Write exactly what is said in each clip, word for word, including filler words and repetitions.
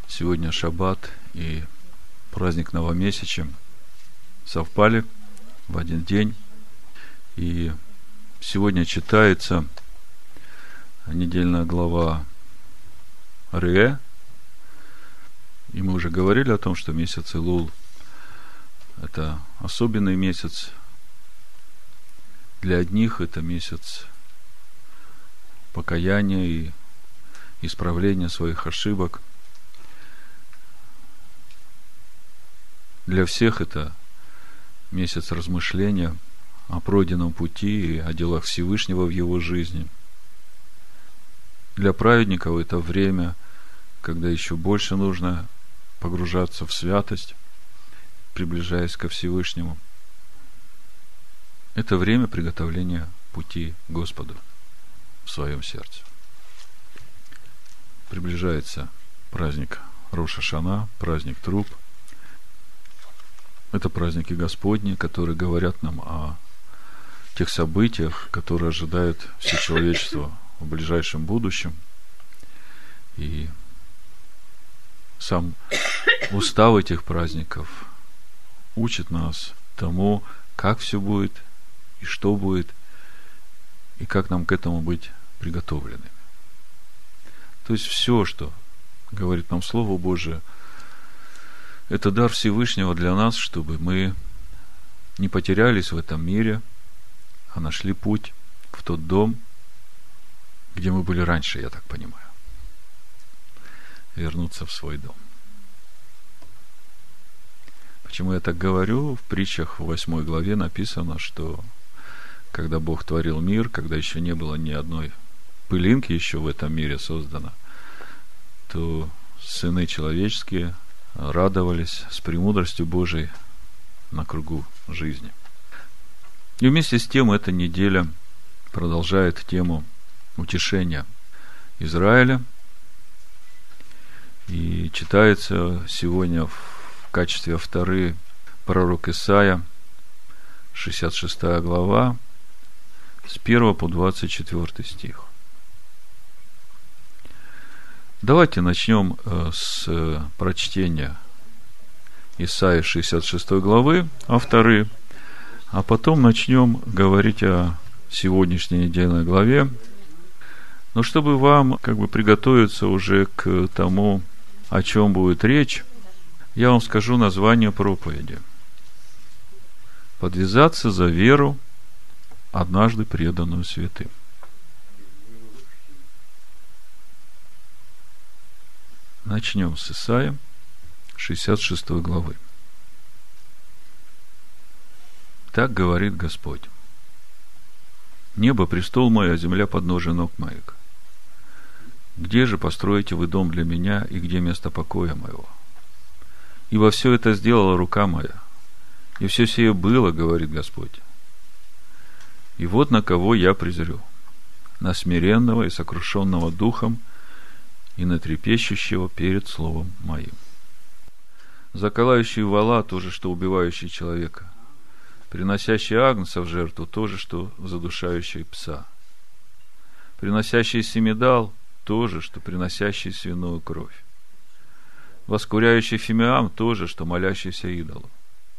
Сегодня шаббат и праздник Новомесяча совпали в один день. И сегодня читается недельная глава Ре. И мы уже говорили о том, что месяц Илул – это особенный месяц. Для одних это месяц покаяния и исправления своих ошибок. Для всех это месяц размышления о пройденном пути и о делах Всевышнего в его жизни. Для праведников это время, когда еще больше нужно погружаться в святость, приближаясь ко Всевышнему. Это время приготовления пути Господу в своем сердце. Приближается праздник Рош ха-Шана, праздник труб. Это праздники Господни, которые говорят нам о тех событиях, которые ожидают все человечество в ближайшем будущем. И сам устав этих праздников учит нас тому, как все будет, и что будет, и как нам к этому быть приготовленными. То есть все, что говорит нам Слово Божие, это дар Всевышнего для нас, чтобы мы не потерялись в этом мире, а нашли путь в тот дом, где мы были раньше, я так понимаю. Вернуться в свой дом. Почему я так говорю? В притчах в восьмой главе написано, что когда Бог творил мир, когда еще не было ни одной пылинки еще в этом мире создано, то сыны человеческие радовались с премудростью Божией на кругу жизни. И вместе с тем эта неделя продолжает тему утешения Израиля. И читается сегодня в качестве авторы пророк Исайя, шестьдесят шестая глава, с первого по двадцать четвёртый стих. Давайте начнем с прочтения Исайи шестьдесят шестой главы, авторы, а потом начнем говорить о сегодняшней недельной главе. Но чтобы вам как бы приготовиться уже к тому, о чем будет речь, я вам скажу название проповеди. «Подвязаться за веру, однажды преданную святым». Начнем с Исайи, шестьдесят шестой главы. Так говорит Господь: «Небо — престол мой, а земля — подножие ног моих. Где же построите вы дом для меня, и где место покоя моего? Ибо все это сделала рука моя, и все сие было, говорит Господь. И вот на кого я презрю: на смиренного и сокрушенного духом, и на трепещущего перед словом моим. Заколающий вола — то же, что убивающий человека, приносящий агнца в жертву — то же, что задушающий пса, приносящий семидал — то же, что приносящий свиную кровь, воскуряющий фимиам — то же, что молящийся идолу.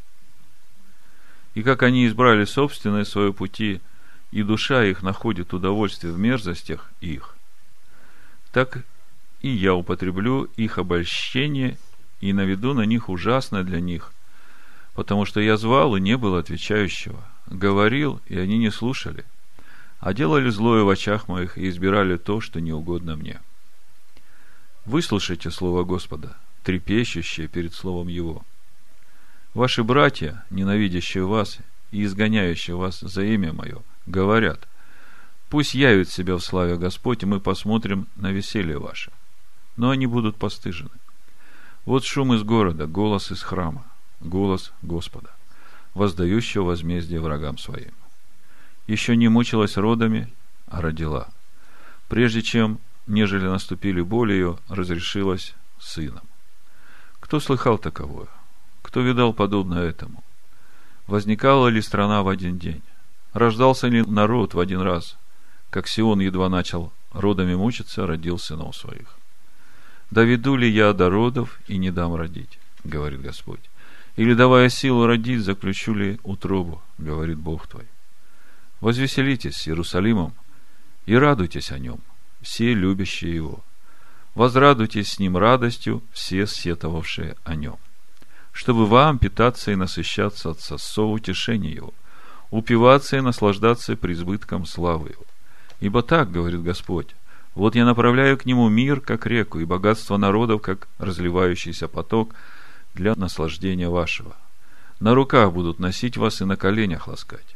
И как они избрали собственные свои пути, и душа их находит удовольствие в мерзостях их, так и я употреблю их обольщение и наведу на них ужасное для них, потому что я звал, и не было отвечающего, говорил, и они не слушали, а делали злое в очах моих и избирали то, что не угодно мне. Выслушайте слово Господа, трепещущее перед словом Его. Ваши братья, ненавидящие вас и изгоняющие вас за имя Мое, говорят: пусть явит себя в славе Господь, и мы посмотрим на веселье ваше. Но они будут постыжены. Вот шум из города, голос из храма, голос Господа, воздающего возмездие врагам своим. Еще не мучилась родами, а родила. Прежде чем, нежели наступили боли ее, разрешилась сыном. Кто слыхал таковое? Кто видал подобно этому? Возникала ли страна в один день? Рождался ли народ в один раз? Как Сион едва начал родами мучиться, родил сынов своих. Доведу ли я до родов и не дам родить, говорит Господь? Или, давая силу родить, заключу ли утробу, говорит Бог твой? Возвеселитесь с Иерусалимом и радуйтесь о нем, все любящие его. Возрадуйтесь с ним радостью, все сетовавшие о нем, чтобы вам питаться и насыщаться от сосов утешения его, упиваться и наслаждаться преизбытком славы его. Ибо так, говорит Господь, вот я направляю к нему мир, как реку, и богатство народов, как разливающийся поток, для наслаждения вашего. На руках будут носить вас и на коленях ласкать.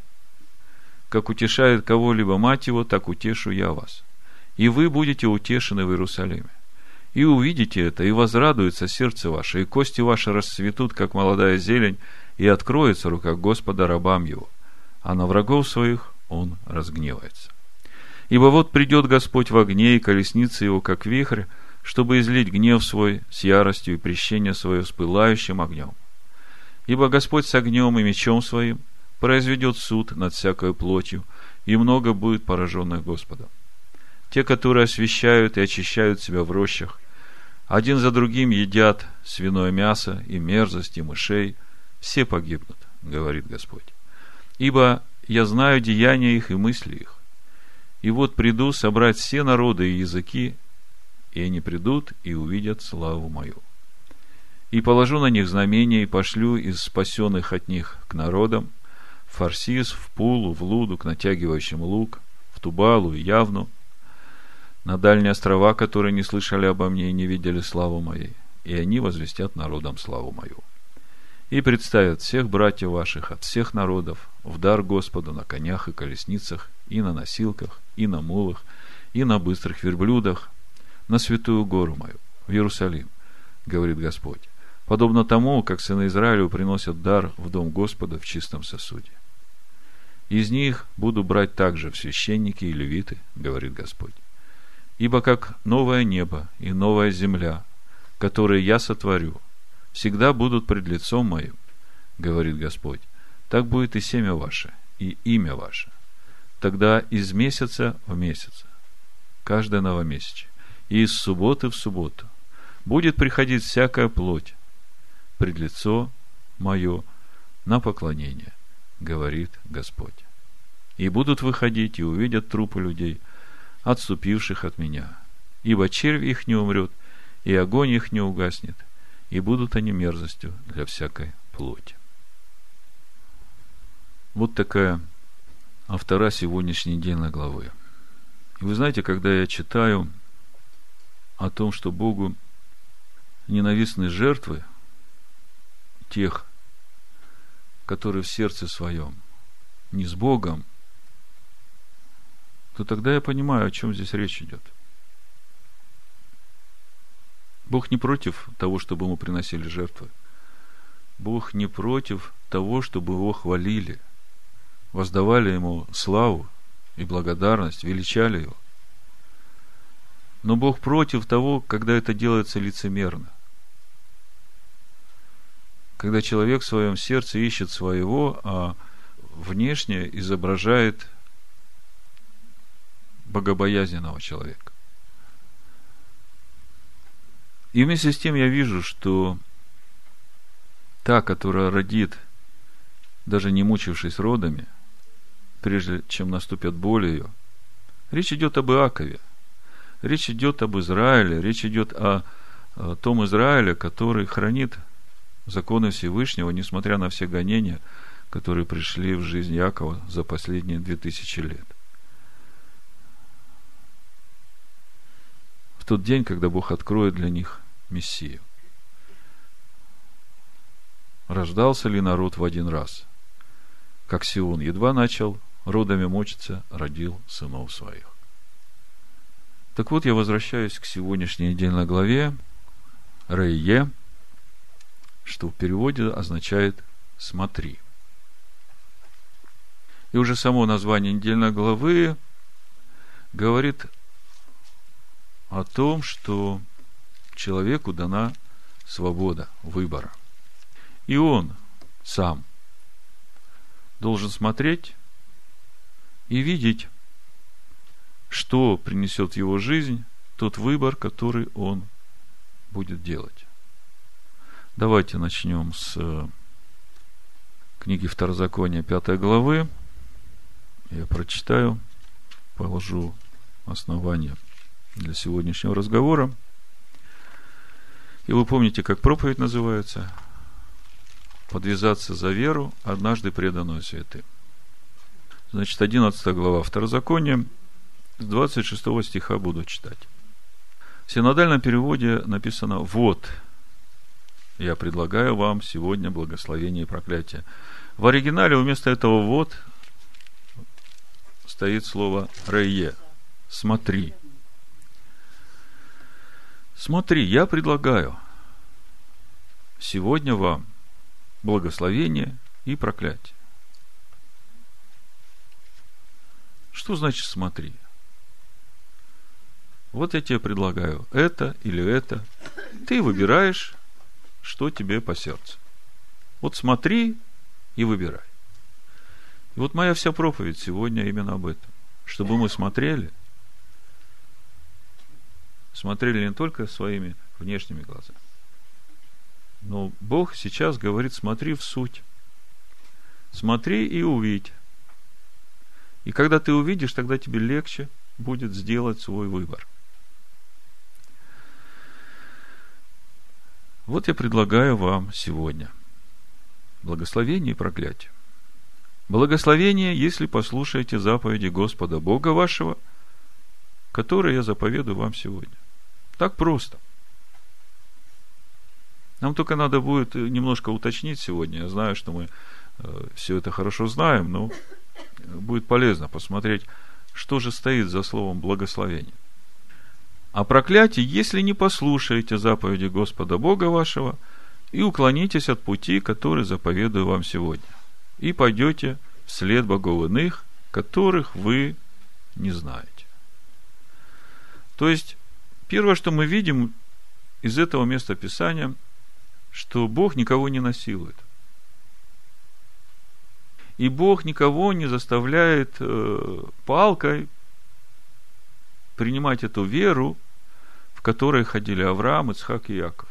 Как утешает кого-либо мать его, так утешу я вас. И вы будете утешены в Иерусалиме. И увидите это, и возрадуется сердце ваше, и кости ваши расцветут, как молодая зелень, и откроется рука Господа рабам его, а на врагов своих он разгневается. Ибо вот придет Господь в огне, и колесница его, как вихрь, чтобы излить гнев свой с яростью и прещение свое с пылающим огнем. Ибо Господь с огнем и мечом своим произведет суд над всякой плотью, и много будет пораженных Господом. Те, которые освящают и очищают себя в рощах, один за другим едят свиное мясо и мерзость, и мышей, все погибнут, говорит Господь. Ибо я знаю деяния их и мысли их. И вот приду собрать все народы и языки, и они придут и увидят славу мою. И положу на них знамения, и пошлю из спасенных от них к народам, в Фарсис, в Пулу, в Луду, к натягивающим лук, в Тубалу и Явну, на дальние острова, которые не слышали обо мне и не видели славу моей, и они возвестят народам славу мою. И представят всех братьев ваших от всех народов в дар Господу на конях и колесницах, и на носилках, и на мулах, и на быстрых верблюдах, на святую гору мою, в Иерусалим, говорит Господь, подобно тому, как сыны Израилю приносят дар в дом Господа в чистом сосуде. Из них буду брать также в священники и левиты, говорит Господь. Ибо как новое небо и новая земля, которые я сотворю, всегда будут пред лицом моим, говорит Господь, так будет и семя ваше, и имя ваше. Тогда из месяца в месяц, каждое новомесячие, и из субботы в субботу будет приходить всякая плоть пред лицо мое на поклонение, говорит Господь. И будут выходить и увидят трупы людей, отступивших от меня, ибо червь их не умрет, и огонь их не угаснет, и будут они мерзостью для всякой плоти. Вот такая автора сегодняшней недельной главы. И вы знаете, когда я читаю о том, что Богу ненавистны жертвы тех, которые в сердце своем не с Богом, то тогда я понимаю, о чем здесь речь идет. Бог не против того, чтобы ему приносили жертвы. Бог не против того, чтобы его хвалили, воздавали ему славу и благодарность, величали его. Но Бог против того, когда это делается лицемерно. Когда человек в своем сердце ищет своего, а внешне изображает богобоязненного человека. И вместе с тем я вижу, что та, которая родит, даже не мучившись родами, прежде чем наступят боли ее, речь идет об Иакове, речь идет об Израиле, речь идет о, о том Израиле, который хранит законы Всевышнего, несмотря на все гонения, которые пришли в жизнь Иакова за последние две тысячи лет. В тот день, когда Бог откроет для них Мессию. Рождался ли народ в один раз? Как Сион едва начал родами мучиться, родил сынов своих. Так вот, я возвращаюсь к сегодняшней недельной главе Рее, что в переводе означает «смотри». И уже само название недельной главы говорит о том, что человеку дана свобода выбора. И он сам должен смотреть и видеть, что принесет в его жизнь тот выбор, который он будет делать. Давайте начнем с книги Второзакония, пятой главы. Я прочитаю, положу основание для сегодняшнего разговора. И вы помните, как проповедь называется? «Подвязаться за веру, однажды преданную святым». Значит, одиннадцатая глава Второзакония, с двадцать шестого стиха буду читать. В синодальном переводе написано: «Вот, я предлагаю вам сегодня благословение и проклятие». В оригинале вместо этого «вот» стоит слово «рее» – «смотри». Смотри, я предлагаю сегодня вам благословение и проклятие. Что значит «смотри»? Вот я тебе предлагаю это или это. Ты выбираешь, что тебе по сердцу. Вот смотри и выбирай. И вот моя вся проповедь сегодня именно об этом. Чтобы мы смотрели, смотрели не только своими внешними глазами, но Бог сейчас говорит: смотри в суть. Смотри и увидь. И когда ты увидишь, тогда тебе легче будет сделать свой выбор. Вот я предлагаю вам сегодня благословение и проклятие. Благословение, если послушаете заповеди Господа Бога вашего, которые я заповедую вам сегодня. Так просто. Нам только надо будет немножко уточнить сегодня. Я знаю, что мы э, все это хорошо знаем, но будет полезно посмотреть, что же стоит за словом благословение. А проклятие, если не послушаете заповеди Господа Бога вашего и уклонитесь от пути, который заповедую вам сегодня, и пойдете вслед богов иных, которых вы не знаете. То есть, первое, что мы видим из этого места Писания, что Бог никого не насилует. И Бог никого не заставляет э, палкой принимать эту веру, в которой ходили Авраам, Ицхак и Иаков.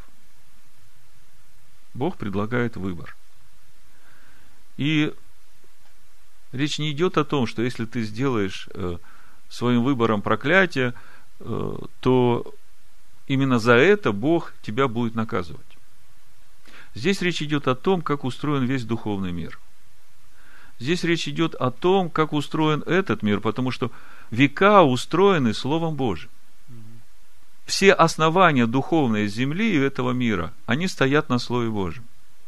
Бог предлагает выбор. И речь не идет о том, что если ты сделаешь э, своим выбором проклятие, э, то именно за это Бог тебя будет наказывать. Здесь речь идет о том, как устроен весь духовный мир. Здесь речь идет о том, как устроен этот мир, потому что века устроены Словом Божьим. Все основания духовной земли и этого мира, они стоят на Слове Божьем.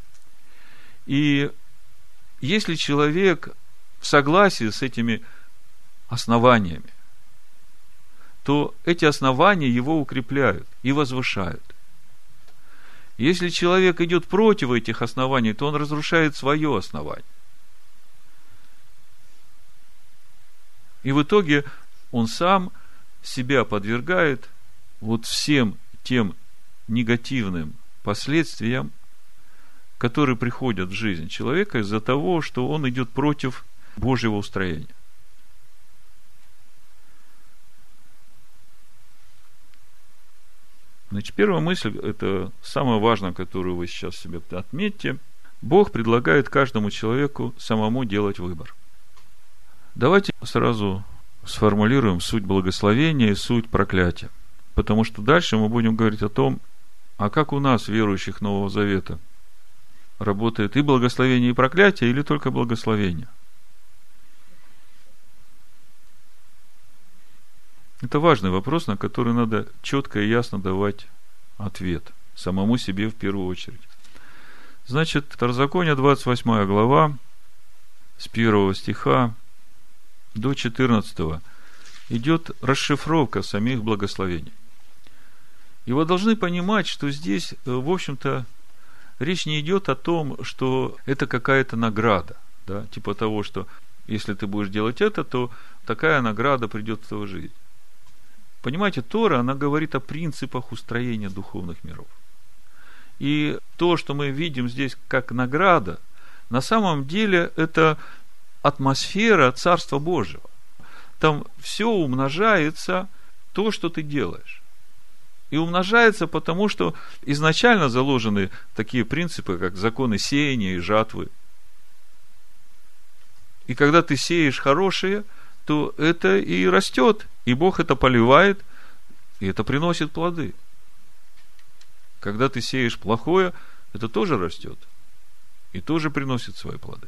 И если человек в согласии с этими основаниями, то эти основания его укрепляют и возвышают. Если человек идет против этих оснований, то он разрушает свое основание. И в итоге он сам себя подвергает вот всем тем негативным последствиям, которые приходят в жизнь человека из-за того, что он идет против Божьего устроения. Значит, первая мысль, это самое важное, которую вы сейчас себе отметьте. Бог предлагает каждому человеку самому делать выбор. Давайте сразу сформулируем суть благословения и суть проклятия. Потому что дальше мы будем говорить о том, а как у нас, верующих Нового Завета, работает и благословение, и проклятие, или только благословение. Это важный вопрос, на который надо четко и ясно давать ответ самому себе в первую очередь. Значит, Второзаконие, двадцать восьмая глава, с первого стиха до четырнадцатого идет расшифровка самих благословений. И вы должны понимать, что здесь, в общем-то, речь не идет о том, что это какая-то награда, да, типа того, что если ты будешь делать это, то такая награда придет в твою жизнь. Понимаете, Тора, она говорит о принципах устроения духовных миров. И то, что мы видим здесь как награда, на самом деле это атмосфера Царства Божьего. Там все умножается, то, что ты делаешь. И умножается, потому что изначально заложены такие принципы, как законы сеяния и жатвы. И когда ты сеешь хорошее, то это и растет, и Бог это поливает, и это приносит плоды. Когда ты сеешь плохое, это тоже растет, и тоже приносит свои плоды.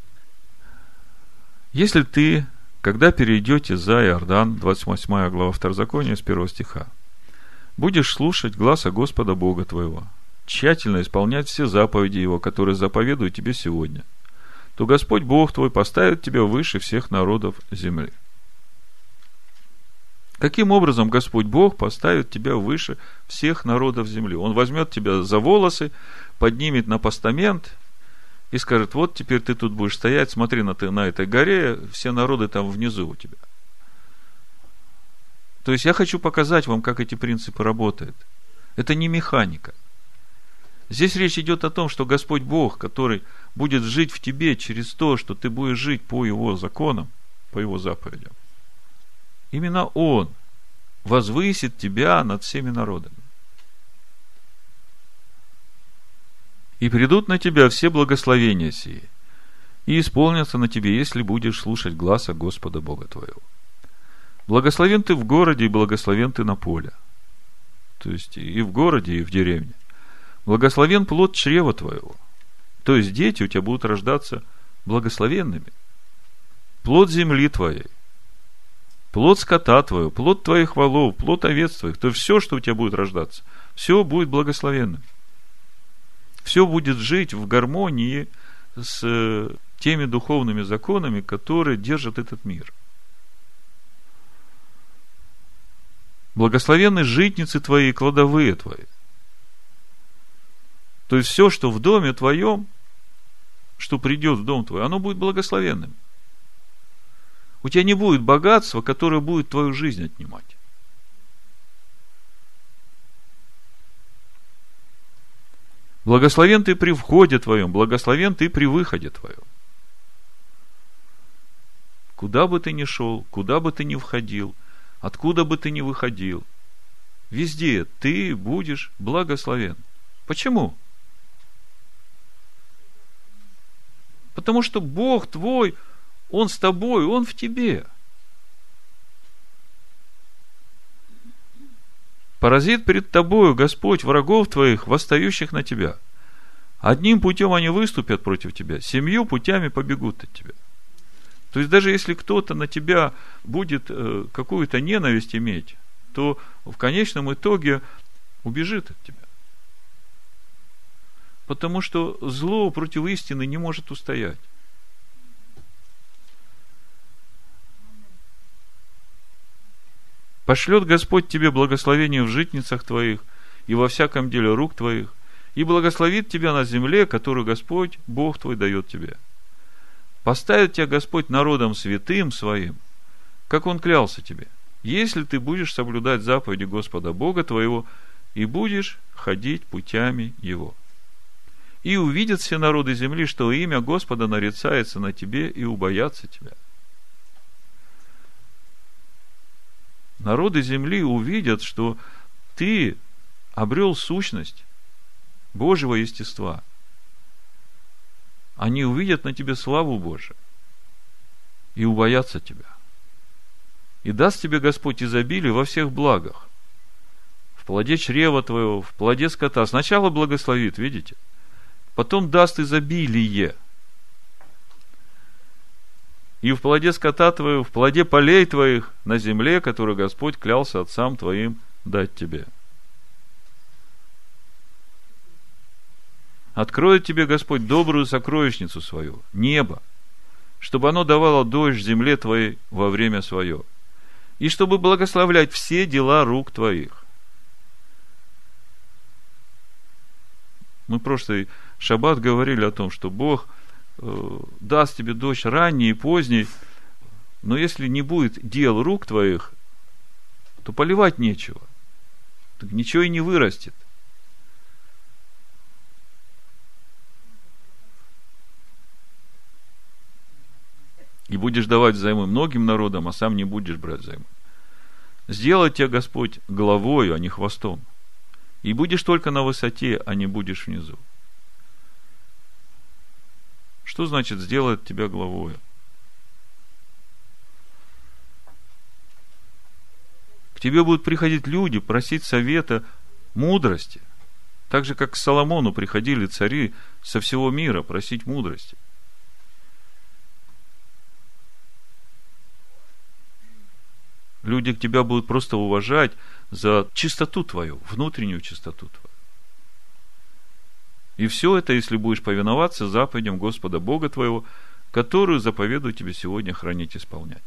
Если ты, когда перейдете за Иордан, двадцать восьмая глава Второзакония, с первого стиха, будешь слушать гласа Господа Бога твоего, тщательно исполнять все заповеди Его, которые заповедую тебе сегодня, то Господь Бог твой поставит тебя выше всех народов земли. Каким образом Господь Бог поставит тебя выше всех народов земли? Он возьмет тебя за волосы, поднимет на постамент и скажет: вот теперь ты тут будешь стоять, смотри на, ты, на этой горе, все народы там внизу у тебя. То есть я хочу показать вам, как эти принципы работают. Это не механика. Здесь речь идет о том, что Господь Бог, который будет жить в тебе через то, что ты будешь жить по Его законам, по Его заповедям, именно Он возвысит тебя над всеми народами. И придут на тебя все благословения сии, и исполнятся на тебе, если будешь слушать гласа Господа Бога твоего. Благословен ты в городе, и благословен ты на поле. То есть и в городе, и в деревне. Благословен плод чрева твоего. То есть дети у тебя будут рождаться благословенными. Плод земли твоей, плод скота твоего, плод твоих волов, плод овец твоих. То есть все, что у тебя будет рождаться, все будет благословенным. Все будет жить в гармонии с теми духовными законами, которые держат этот мир. Благословенны житницы твои и кладовые твои. То есть все, что в доме твоем, что придет в дом твой, оно будет благословенным. У тебя не будет богатства, которое будет твою жизнь отнимать. Благословен ты при входе твоем, благословен ты при выходе твоем. Куда бы ты ни шел, куда бы ты ни входил, откуда бы ты ни выходил, везде ты будешь благословен. Почему? Потому что Бог твой, Он с тобой, Он в тебе. Поразит перед тобою Господь врагов твоих, восстающих на тебя. Одним путем они выступят против тебя, семью путями побегут от тебя. То есть даже если кто-то на тебя будет э, какую-то ненависть иметь, то в конечном итоге убежит от тебя. Потому что зло против истины не может устоять. Пошлет Господь тебе благословение в житницах твоих и во всяком деле рук твоих, и благословит тебя на земле, которую Господь, Бог твой, дает тебе. Поставит тебя Господь народом святым своим, как Он клялся тебе, если ты будешь соблюдать заповеди Господа Бога твоего и будешь ходить путями Его. И увидят все народы земли, что имя Господа нарицается на тебе, и убоятся тебя. Народы земли увидят, что ты обрел сущность Божьего естества. Они увидят на тебе славу Божию и убоятся тебя. И даст тебе Господь изобилие во всех благах, в плоде чрева твоего, в плоде скота. Сначала благословит, видите? Потом даст изобилие. И в плоде скота твоего, в плоде полей твоих, на земле, которую Господь клялся отцам твоим дать тебе. Откроет тебе Господь добрую сокровищницу свою, небо, чтобы оно давало дождь земле твоей во время свое, и чтобы благословлять все дела рук твоих. Мы в прошлый шаббат говорили о том, что Бог э, даст тебе дождь ранний и поздний, но если не будет дел рук твоих, то поливать нечего. Так ничего и не вырастет. И будешь давать взаймы многим народам, а сам не будешь брать взаймы. Сделает тебя Господь головою, а не хвостом. И будешь только на высоте, а не будешь внизу. Что значит сделает тебя главою? К тебе будут приходить люди, просить совета, мудрости. Так же, как к Соломону приходили цари со всего мира просить мудрости. Люди к тебя будут просто уважать за чистоту твою, внутреннюю чистоту твою. И все это, если будешь повиноваться заповедям Господа Бога твоего, которую заповедую тебе сегодня хранить и исполнять.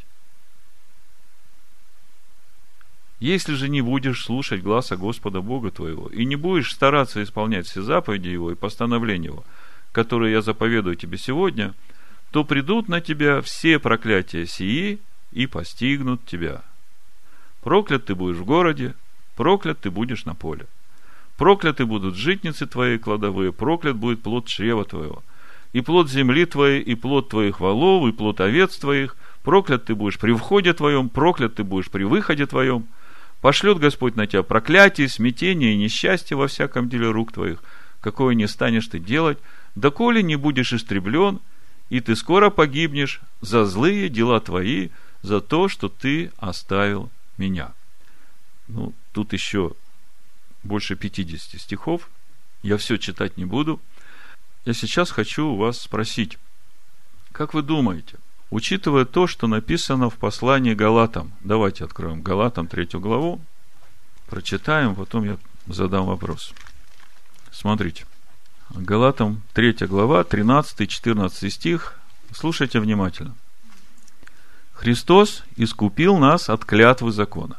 Если же не будешь слушать гласа Господа Бога твоего, и не будешь стараться исполнять все заповеди Его и постановления Его, которые я заповедую тебе сегодня, то придут на тебя все проклятия сии и постигнут тебя. Проклят ты будешь в городе, проклят ты будешь на поле. Прокляты будут житницы твои кладовые, проклят будет плод чрева твоего, и плод земли твоей, и плод твоих волов, и плод овец твоих. Проклят ты будешь при входе твоем, проклят ты будешь при выходе твоем. Пошлет Господь на тебя проклятие, смятение и несчастье во всяком деле рук твоих, какое не станешь ты делать, доколе не будешь истреблен, и ты скоро погибнешь за злые дела твои, за то, что ты оставил меня. Ну, тут еще больше пятидесяти стихов. Я все читать не буду. Я сейчас хочу у вас спросить, как вы думаете, учитывая то, что написано в послании Галатам, давайте откроем Галатам третью главу, прочитаем, потом я задам вопрос. Смотрите. Галатам третья глава, тринадцатый-четырнадцатый стих. Слушайте внимательно. Христос искупил нас от клятвы закона.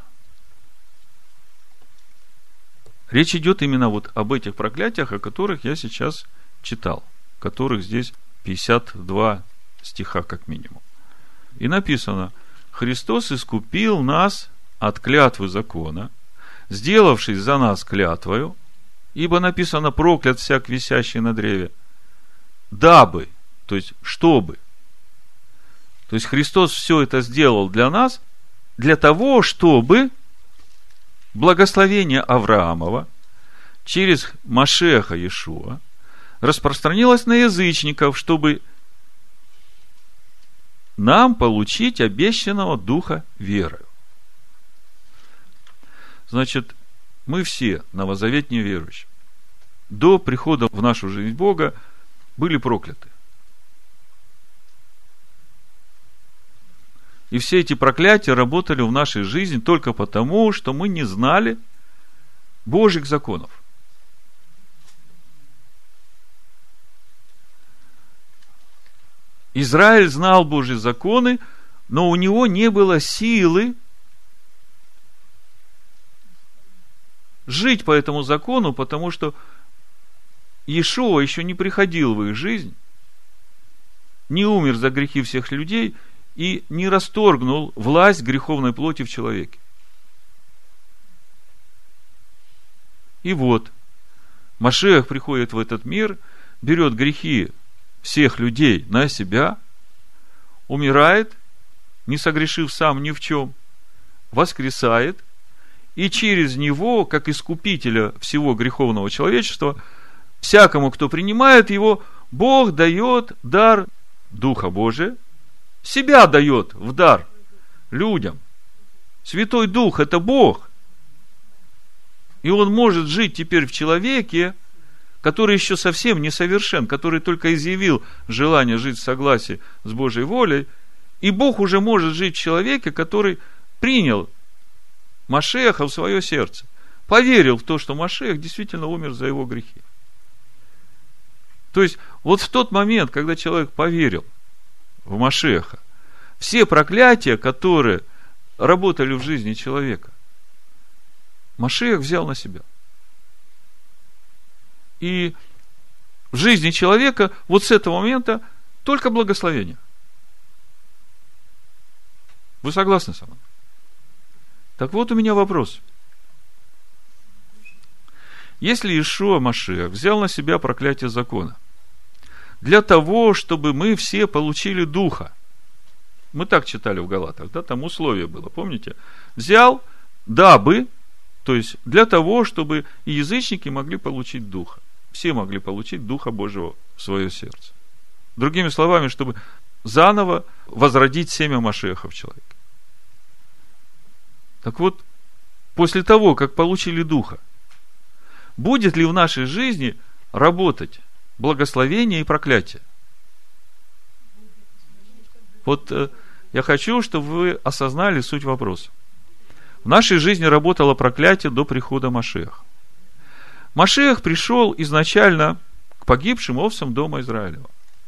Речь идет именно вот об этих проклятиях, о которых я сейчас читал, которых здесь пятьдесят два стиха как минимум. И написано: Христос искупил нас от клятвы закона, сделавшись за нас клятвою, ибо написано: проклят всяк висящий на древе, дабы, то есть чтобы. То есть Христос все это сделал для нас, для того, чтобы благословение Авраамова через Машеха Иешуа распространилось на язычников, чтобы нам получить обещанного Духа верою. Значит, мы все новозаветные верующие до прихода в нашу жизнь Бога были прокляты. И все эти проклятия работали в нашей жизни только потому, что мы не знали Божьих законов. Израиль знал Божьи законы, но у него не было силы жить по этому закону, потому что Иешуа еще не приходил в их жизнь, не умер за грехи всех людей и не расторгнул власть греховной плоти в человеке. И вот, Машиах приходит в этот мир, берет грехи всех людей на себя, умирает, не согрешив сам ни в чем, воскресает, и через него, как искупителя всего греховного человечества, всякому, кто принимает его, Бог дает дар Духа Божия, себя дает в дар людям. Святой Дух – это Бог. И Он может жить теперь в человеке, который еще совсем не совершен, который только изъявил желание жить в согласии с Божьей волей, и Бог уже может жить в человеке, который принял Машеха в свое сердце, поверил в то, что Машех действительно умер за его грехи. То есть, вот в тот момент, когда человек поверил в Машеха, все проклятия, которые работали в жизни человека, Машех взял на себя. И в жизни человека вот с этого момента только благословение. Вы согласны со мной? Так вот у меня вопрос. Если Иешуа Машиах взял на себя проклятие закона для того, чтобы мы все получили Духа, мы так читали в Галатах, да, там условие было, помните? Взял, дабы, то есть для того, чтобы и язычники могли получить Духа. Все могли получить Духа Божьего в свое сердце. Другими словами, чтобы заново возродить семя Машиаха в человеке. Так вот, после того, как получили Духа, будет ли в нашей жизни работать благословение и проклятие? Вот э, я хочу, чтобы вы осознали суть вопроса. В нашей жизни работало проклятие до прихода Машиаха. Машиах пришел изначально к погибшим овцам дома Израилева.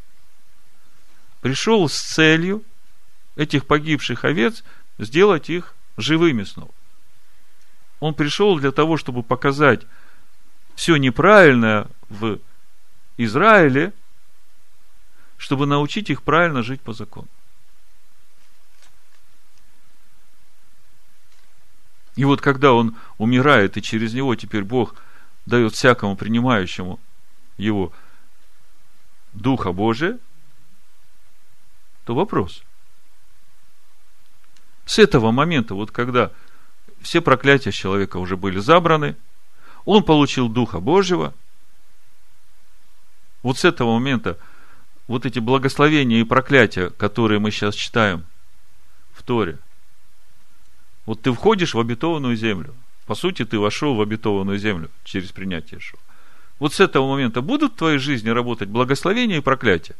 Пришел с целью этих погибших овец сделать их живыми снова. Он пришел для того, чтобы показать все неправильное в Израиле, чтобы научить их правильно жить по закону. И вот когда он умирает, и через него теперь Бог дает всякому принимающему его Духа Божия, то вопрос. С этого момента, вот когда все проклятия человека уже были забраны, он получил Духа Божьего, вот с этого момента вот эти благословения и проклятия, которые мы сейчас читаем в Торе, вот ты входишь в обетованную землю. По сути, ты вошел в обетованную землю через принятие Иешуа. Вот с этого момента будут в твоей жизни работать благословения и проклятия?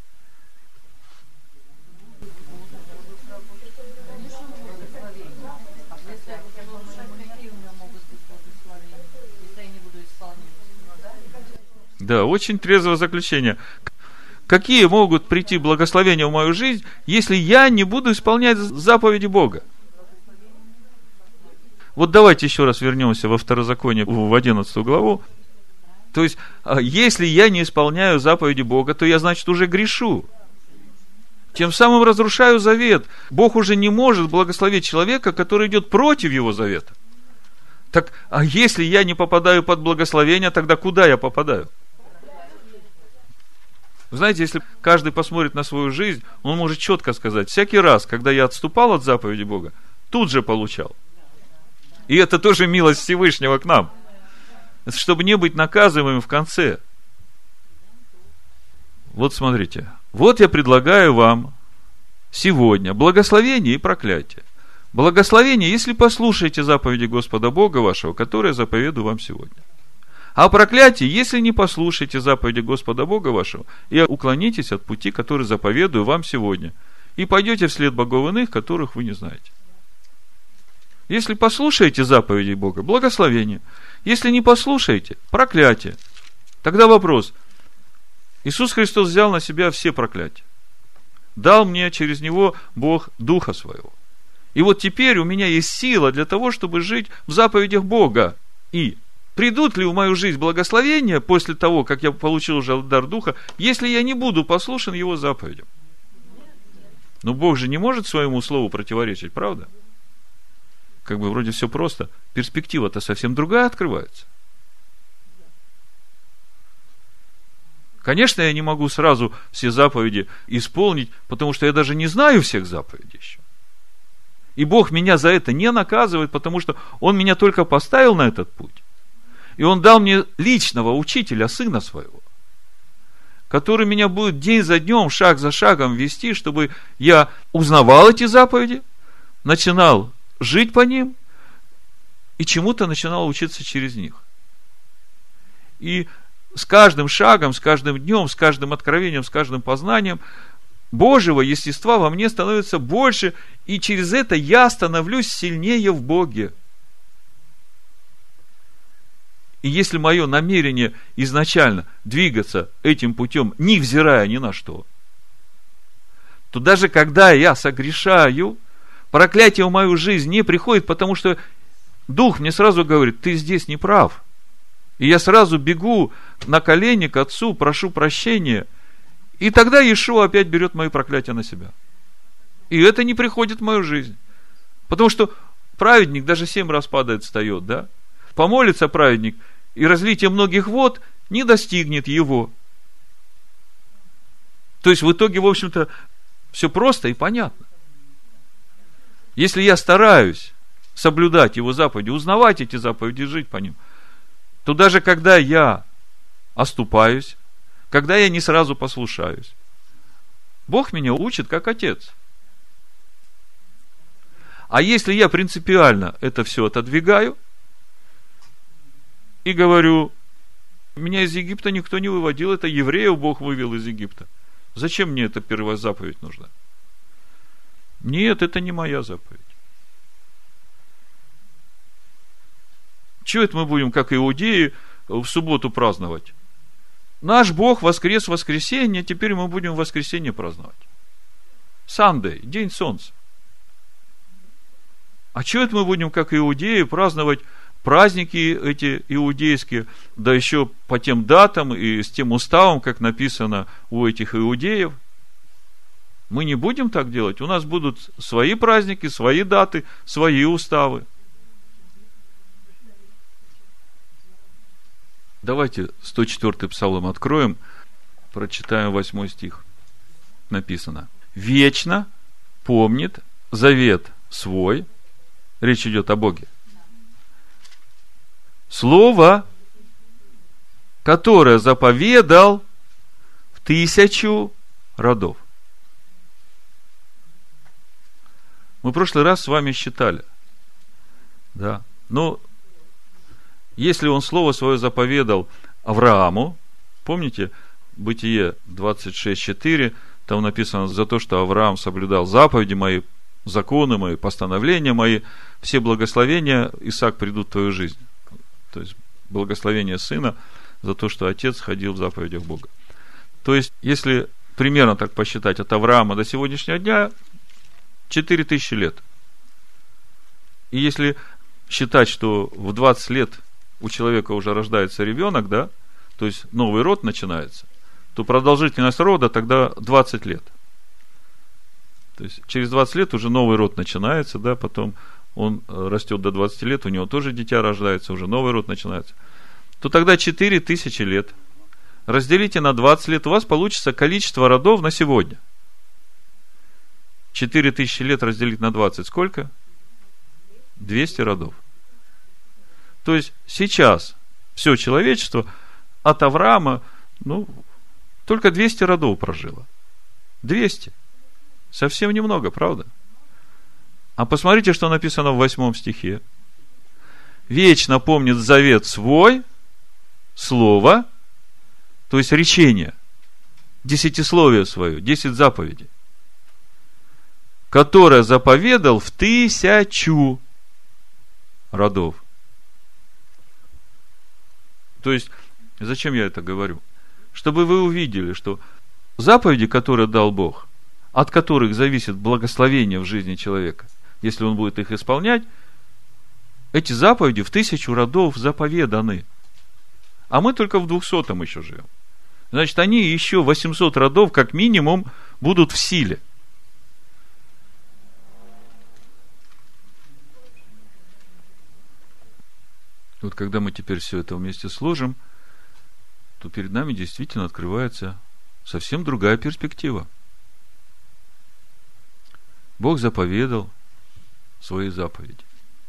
Да, очень трезвое заключение. Какие могут прийти благословения в мою жизнь, если я не буду исполнять заповеди Бога? Вот давайте еще раз вернемся во Второзаконие, в одиннадцатую главу. То есть, если я не исполняю заповеди Бога, то я, значит, уже грешу. Тем самым разрушаю завет. Бог уже не может благословить человека, который идет против его завета. Так, а если я не попадаю под благословение, тогда куда я попадаю? Вы знаете, если каждый посмотрит на свою жизнь, он может четко сказать: всякий раз, когда я отступал от заповеди Бога, тут же получал. И это тоже милость Всевышнего к нам. Чтобы не быть наказываемым в конце. Вот смотрите. Вот я предлагаю вам сегодня благословение и проклятие. Благословение, если послушаете заповеди Господа Бога вашего, которые заповедую вам сегодня. А проклятие, если не послушаете заповеди Господа Бога вашего и уклонитесь от пути, который заповедую вам сегодня, и пойдете вслед богов иных, которых вы не знаете. Если послушаете заповеди Бога, благословение. Если не послушаете, проклятие. Тогда вопрос. Иисус Христос взял на себя все проклятия. Дал мне через Него Бог Духа Своего. И вот теперь у меня есть сила для того, чтобы жить в заповедях Бога. И придут ли в мою жизнь благословения после того, как я получил уже дар Духа, если я не буду послушен Его заповедям? Но Бог же не может своему слову противоречить, правда? Как бы вроде все просто. Перспектива-то совсем другая открывается. Конечно, я не могу сразу все заповеди исполнить, потому что я даже не знаю всех заповедей еще. И Бог меня за это не наказывает, потому что Он меня только поставил на этот путь. И Он дал мне личного учителя, сына своего, который меня будет день за днем, шаг за шагом вести, чтобы я узнавал эти заповеди, начинал жить по ним и чему-то начинал учиться через них. И с каждым шагом, с каждым днем, с каждым откровением, с каждым познанием Божьего естества во мне становится больше, и через это я становлюсь сильнее в Боге. И если мое намерение изначально двигаться этим путем, невзирая ни на что, то даже когда я согрешаю, проклятие в мою жизнь не приходит, потому что Дух мне сразу говорит: ты здесь не прав. И я сразу бегу на колени к Отцу, прошу прощения. И тогда Иешуа опять берет мои проклятия на себя. И это не приходит в мою жизнь. Потому что праведник даже семь раз падает, встает, да? Помолится праведник, и разлитие многих вод не достигнет его. То есть в итоге, в общем-то, все просто и понятно. Если я стараюсь соблюдать Его заповеди, узнавать эти заповеди, жить по ним, то даже когда я оступаюсь, когда я не сразу послушаюсь, Бог меня учит как отец. А если я принципиально это все отодвигаю и говорю, меня из Египта никто не выводил, это евреев Бог вывел из Египта. Зачем мне эта первая заповедь нужна? Нет, это не моя заповедь. Чего это мы будем, как иудеи, в субботу праздновать? Наш Бог воскрес в воскресенье, теперь мы будем в воскресенье праздновать. Сандей, день солнца. А чего это мы будем, как иудеи, праздновать праздники эти иудейские, да еще по тем датам и с тем уставом, как написано у этих иудеев? Мы не будем так делать. У нас будут свои праздники, свои даты, свои уставы. Давайте сто четвёртый псалом откроем, прочитаем восьмой стих. Написано: «Вечно помнит завет свой». Речь идет о Боге. Слово, которое заповедал в тысячу родов. Мы в прошлый раз с вами считали. Да. Но если он слово свое заповедал Аврааму, помните, Бытие двадцать шесть четыре, там написано: за то, что Авраам соблюдал заповеди мои, законы мои, постановления мои, все благословения, Исаак, придут в твою жизнь. То есть благословение сына за то, что отец ходил в заповедях Бога. То есть, если примерно так посчитать, от Авраама до сегодняшнего дня четыре тысячи лет. И если считать, что в двадцать лет у человека уже рождается ребенок, да, то есть новый род начинается, то продолжительность рода тогда двадцать лет. То есть через двадцать лет уже новый род начинается, да, потом он растет до двадцати лет, у него тоже дитя рождается, уже новый род начинается. То тогда четыре тысячи лет разделите на двадцать лет, у вас получится количество родов на сегодня. четыре тысячи лет разделить на двадцать, сколько? двести родов. То есть сейчас все человечество от Авраама, ну, только двести родов прожило. двести. Совсем немного, правда? А посмотрите, что написано в восьмом стихе. «Вечно помнит завет свой», слово, то есть речение, десятисловие свое, десять заповедей, которое заповедал в тысячу родов. То есть, зачем я это говорю? Чтобы вы увидели, что заповеди, которые дал Бог, от которых зависит благословение в жизни человека, если он будет их исполнять, эти заповеди в тысячу родов заповеданы. А мы только в двухсотом еще живем. Значит, они еще восемьсот родов, как минимум, будут в силе. Вот когда мы теперь все это вместе сложим, то перед нами действительно открывается совсем другая перспектива. Бог заповедал свои заповеди.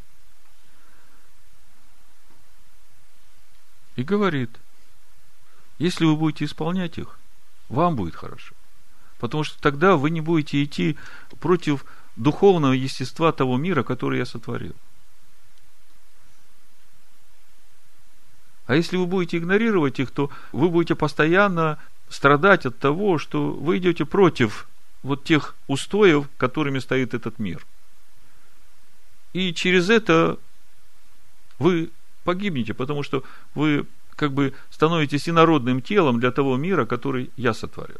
И говорит: если вы будете исполнять их, вам будет хорошо. Потому что тогда вы не будете идти против духовного естества того мира, который я сотворил. А если вы будете игнорировать их, то вы будете постоянно страдать от того, что вы идете против вот тех устоев, которыми стоит этот мир. И через это вы погибнете, потому что вы как бы становитесь инородным телом для того мира, который я сотворил.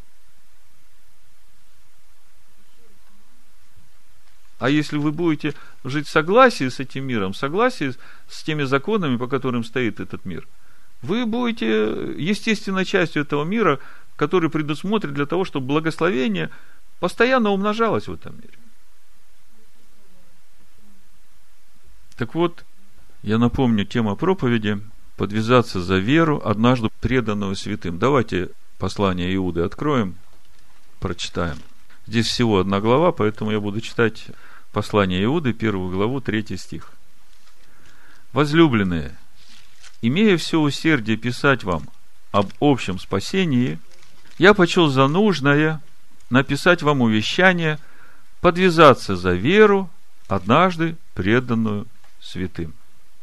А если вы будете жить в согласии с этим миром, в согласии с теми законами, по которым стоит этот мир, вы будете естественной частью этого мира, который предусмотрен для того, чтобы благословение постоянно умножалось в этом мире. Так вот, я напомню, тема проповеди – подвязаться за веру, однажды преданную святым. Давайте послание Иуды откроем, прочитаем. Здесь всего одна глава, поэтому я буду читать послание Иуды, первую главу, третий стих. Возлюбленные, имея все усердие писать вам об общем спасении, я почел за нужное написать вам увещание подвязаться за веру, однажды преданную святым.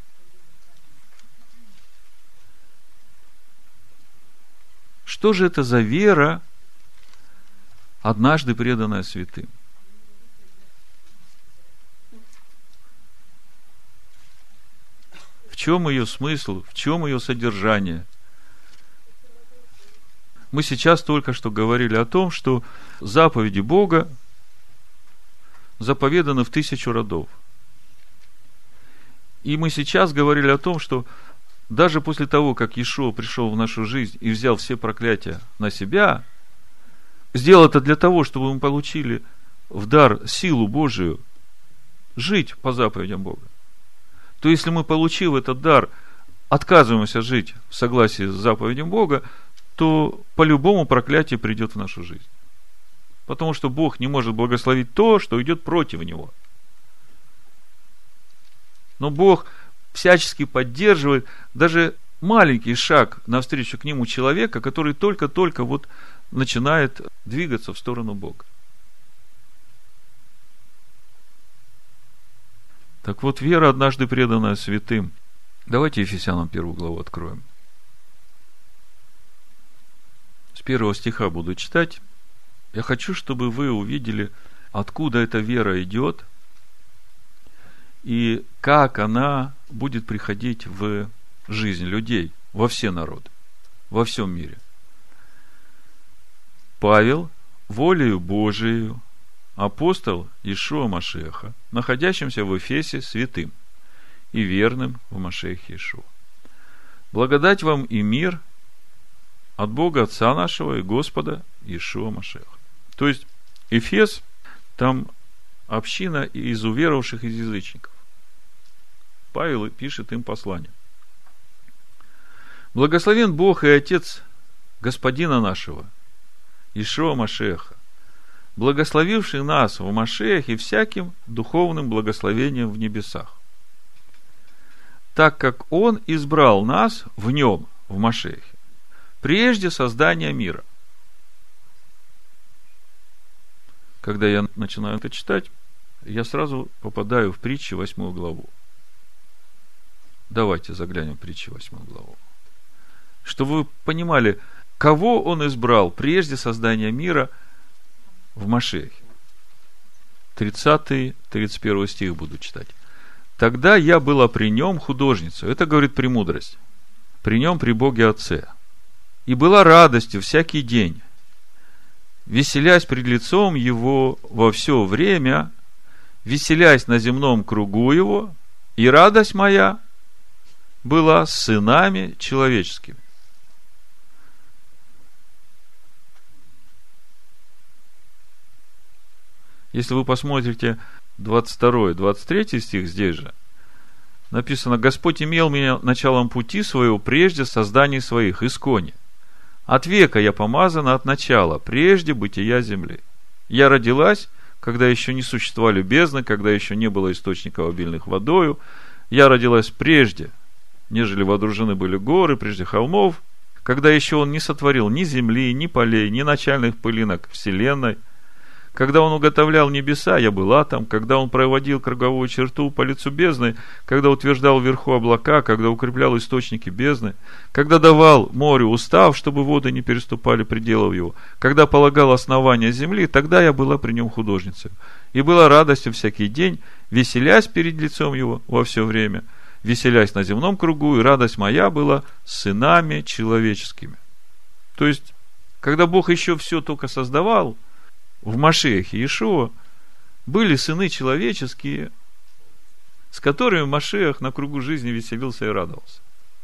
Что же это за вера, однажды преданная святым? В чем ее смысл, в чем ее содержание? Мы сейчас только что говорили о том, что заповеди Бога заповеданы в тысячу родов. И мы сейчас говорили о том, что даже после того, как Иешуа пришел в нашу жизнь и взял все проклятия на себя, сделал это для того, чтобы мы получили в дар силу Божию жить по заповедям Бога. То если мы, получив этот дар, отказываемся жить в согласии с заповедям Бога, то по-любому проклятие придет в нашу жизнь. Потому что Бог не может благословить то, что идет против Него. Но Бог всячески поддерживает даже маленький шаг навстречу к Нему человека, который только-только вот начинает двигаться в сторону Бога. Так вот, вера, однажды преданная святым. Давайте Ефесянам первую главу откроем. С первого стиха буду читать. Я хочу, чтобы вы увидели, откуда эта вера идет и как она будет приходить в жизнь людей, во все народы, во всем мире. Павел, волею Божией, апостол Иешуа Машеха, находящимся в Эфесе святым и верным в Машехе Иешуа. Благодать вам и мир от Бога Отца нашего и Господа Иешуа Машеха. То есть, Эфес, там община из уверовавших из язычников. Павел пишет им послание. Благословен Бог и Отец Господина нашего, Иешуа Машеха, благословивший нас в Машехе всяким духовным благословением в небесах, так как Он избрал нас в Нем, в Машехе, прежде создания мира. Когда я начинаю это читать, я сразу попадаю в притчи восьмую главу. Давайте заглянем в притчи восьмую главу. Чтобы вы понимали, кого Он избрал прежде создания мира в Машехе. тридцатый тридцать первый стих буду читать. Тогда я была при Нем художницей. Это говорит премудрость. При Нем, при Боге Отце. И была радостью всякий день, веселясь пред лицом Его во все время, веселясь на земном кругу Его, и радость моя была с сынами человеческими. Если вы посмотрите двадцать второй двадцать третий стих здесь же, написано: Господь имел меня началом пути своего прежде созданий своих, искони. От века я помазана от начала, прежде бытия земли. Я родилась, когда еще не существовали бездны, когда еще не было источников обильных водою. Я родилась прежде, нежели водружены были горы, прежде холмов, когда еще Он не сотворил ни земли, ни полей, ни начальных пылинок вселенной. Когда Он уготовлял небеса, я была там. Когда Он проводил круговую черту по лицу бездны, когда утверждал вверху облака, когда укреплял источники бездны, когда давал морю устав, чтобы воды не переступали пределов его, когда полагал основания земли, тогда я была при Нем художницей. И была радостью всякий день, веселясь перед лицом Его во все время, веселясь на земном кругу, и радость моя была с сынами человеческими. То есть, когда Бог еще все только создавал, в Машехе Иешуа были сыны человеческие, с которыми Машех на кругу жизни веселился и радовался.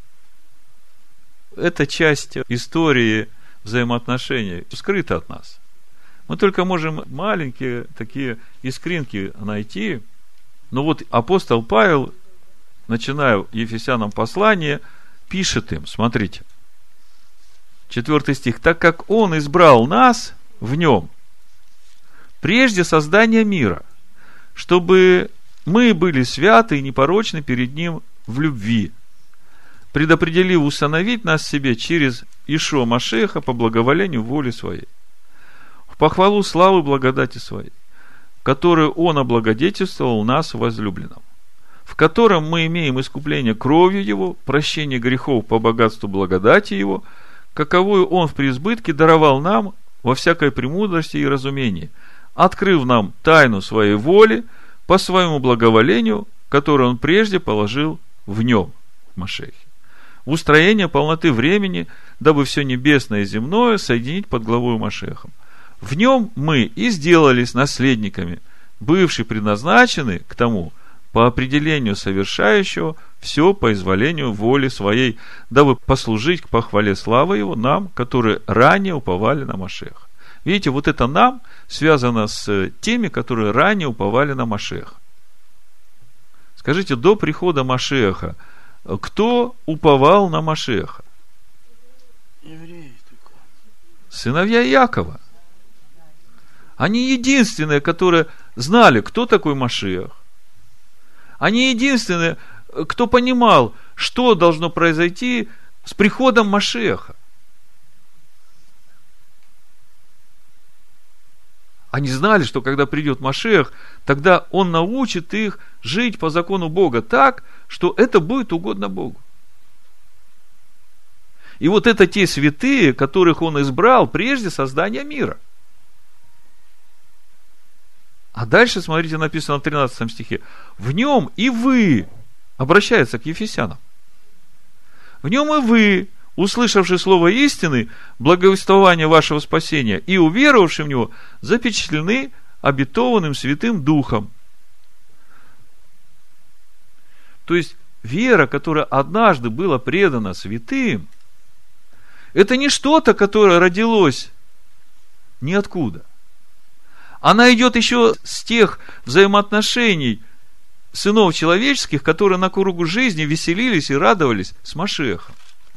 Эта часть истории взаимоотношений скрыта от нас. Мы только можем маленькие такие искринки найти. Но вот апостол Павел, начиная Ефесянам послание, пишет им, смотрите, четвертый стих: так как Он избрал нас в Нем прежде создания мира, чтобы мы были святы и непорочны перед Ним в любви, предопределив установить нас себе через Ишуа Машеха по благоволению воли своей, в похвалу славы благодати своей, которую Он облагодетельствовал нас возлюбленным, в котором мы имеем искупление кровью Его, прощение грехов по богатству благодати Его, каковую Он в преизбытке даровал нам во всякой премудрости и разумении, открыв нам тайну своей воли по своему благоволению, которое Он прежде положил в Нем, в Машехе, в устроение полноты времени, дабы все небесное и земное соединить под главою Машехом. В Нем мы и сделались наследниками, бывшие предназначены к тому, по определению совершающего все по изволению воли своей, дабы послужить к похвале славы Его нам, которые ранее уповали на Машеха. Видите, вот это нам связано с теми, которые ранее уповали на Машеха. Скажите, до прихода Машеха кто уповал на Машеха? Евреи только. Сыновья Иакова. Они единственные, которые знали, кто такой Машиах. Они единственные, кто понимал, что должно произойти с приходом Машиаха. Они знали, что когда придет Машиах, тогда он научит их жить по закону Бога так, что это будет угодно Богу. И вот это те святые, которых он избрал прежде создания мира. А дальше, смотрите, написано в тринадцатом стихе: в нем и вы, обращается к Ефесянам, в нем и вы, услышавши слово истины, благовествование вашего спасения, и уверовавши в него, запечатлены обетованным Святым Духом. То есть, вера, которая однажды была предана святым, это не что-то, которое родилось ниоткуда. Она идет еще с тех взаимоотношений сынов человеческих, которые на кругу жизни веселились и радовались с Машиахом.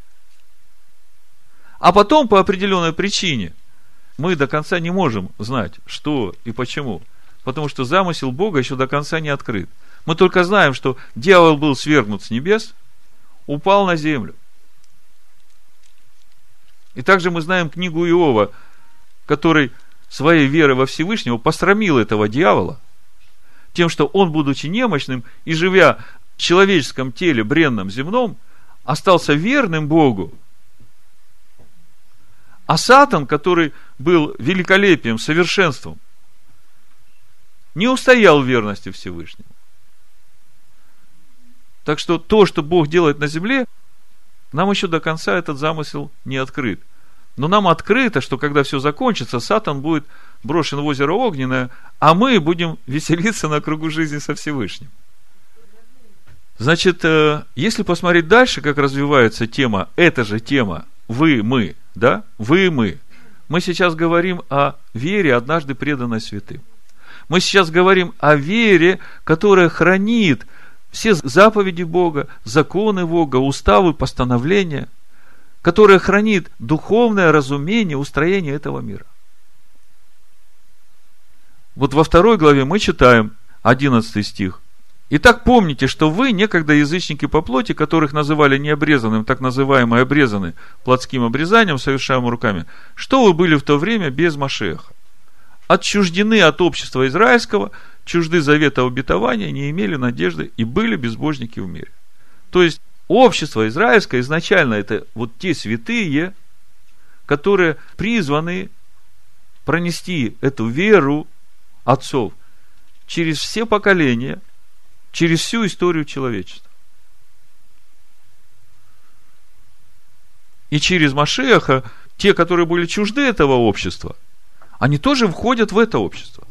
А потом, по определенной причине, мы до конца не можем знать, что и почему, потому что замысел Бога еще до конца не открыт. Мы только знаем, что дьявол был свергнут с небес, упал на землю. И также мы знаем книгу Иова, который своей верой во Всевышнего посрамил этого дьявола тем, что он, будучи немощным и живя в человеческом теле, бренном, земном, остался верным Богу. А Сатан, который был великолепием, совершенством, не устоял в верности Всевышнему. Так что то, что Бог делает на земле, нам еще до конца этот замысел не открыт. Но нам открыто, что когда все закончится, Сатан будет брошен в озеро Огненное, а мы будем веселиться на кругу жизни со Всевышним. Значит, если посмотреть дальше, как развивается тема, эта же тема «вы, мы», да? «Вы, мы». Мы сейчас говорим о вере, однажды преданной святым. Мы сейчас говорим о вере, которая хранит все заповеди Бога, законы Бога, уставы, постановления, которая хранит духовное разумение, устроение этого мира. Вот во второй главе мы читаем одиннадцатый стих. «Итак, помните, что вы, некогда язычники по плоти, которых называли необрезанным, так называемые обрезаны плотским обрезанием, совершаемым руками, что вы были в то время без Машиаха? Отчуждены от общества израильского, чужды завета обетования, не имели надежды и были безбожники в мире». То есть, общество израильское изначально это вот те святые, которые призваны пронести эту веру отцов через все поколения, через всю историю человечества. И через Машиаха те, которые были чужды этого общества, они тоже входят в это общество.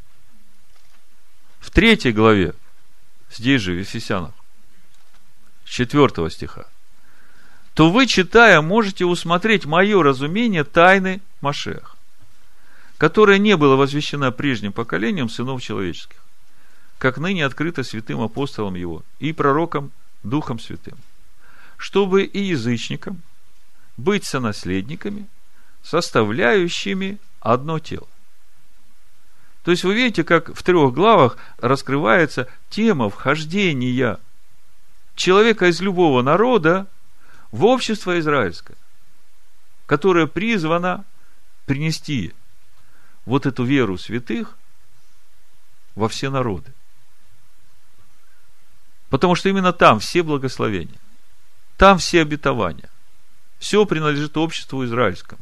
В третьей главе, здесь же в Ефесянах, с четвертого стиха, то вы, читая, можете усмотреть мое разумение тайны Машиаха, которая не была возвещена прежним поколением сынов человеческих, как ныне открыто святым апостолом его и пророком Духом Святым, чтобы и язычникам быть сонаследниками, составляющими одно тело. То есть вы видите, как в трех главах раскрывается тема вхождения человека из любого народа в общество израильское, которое призвано принести вот эту веру святых во все народы. Потому что именно там все благословения, там все обетования, все принадлежит обществу израильскому.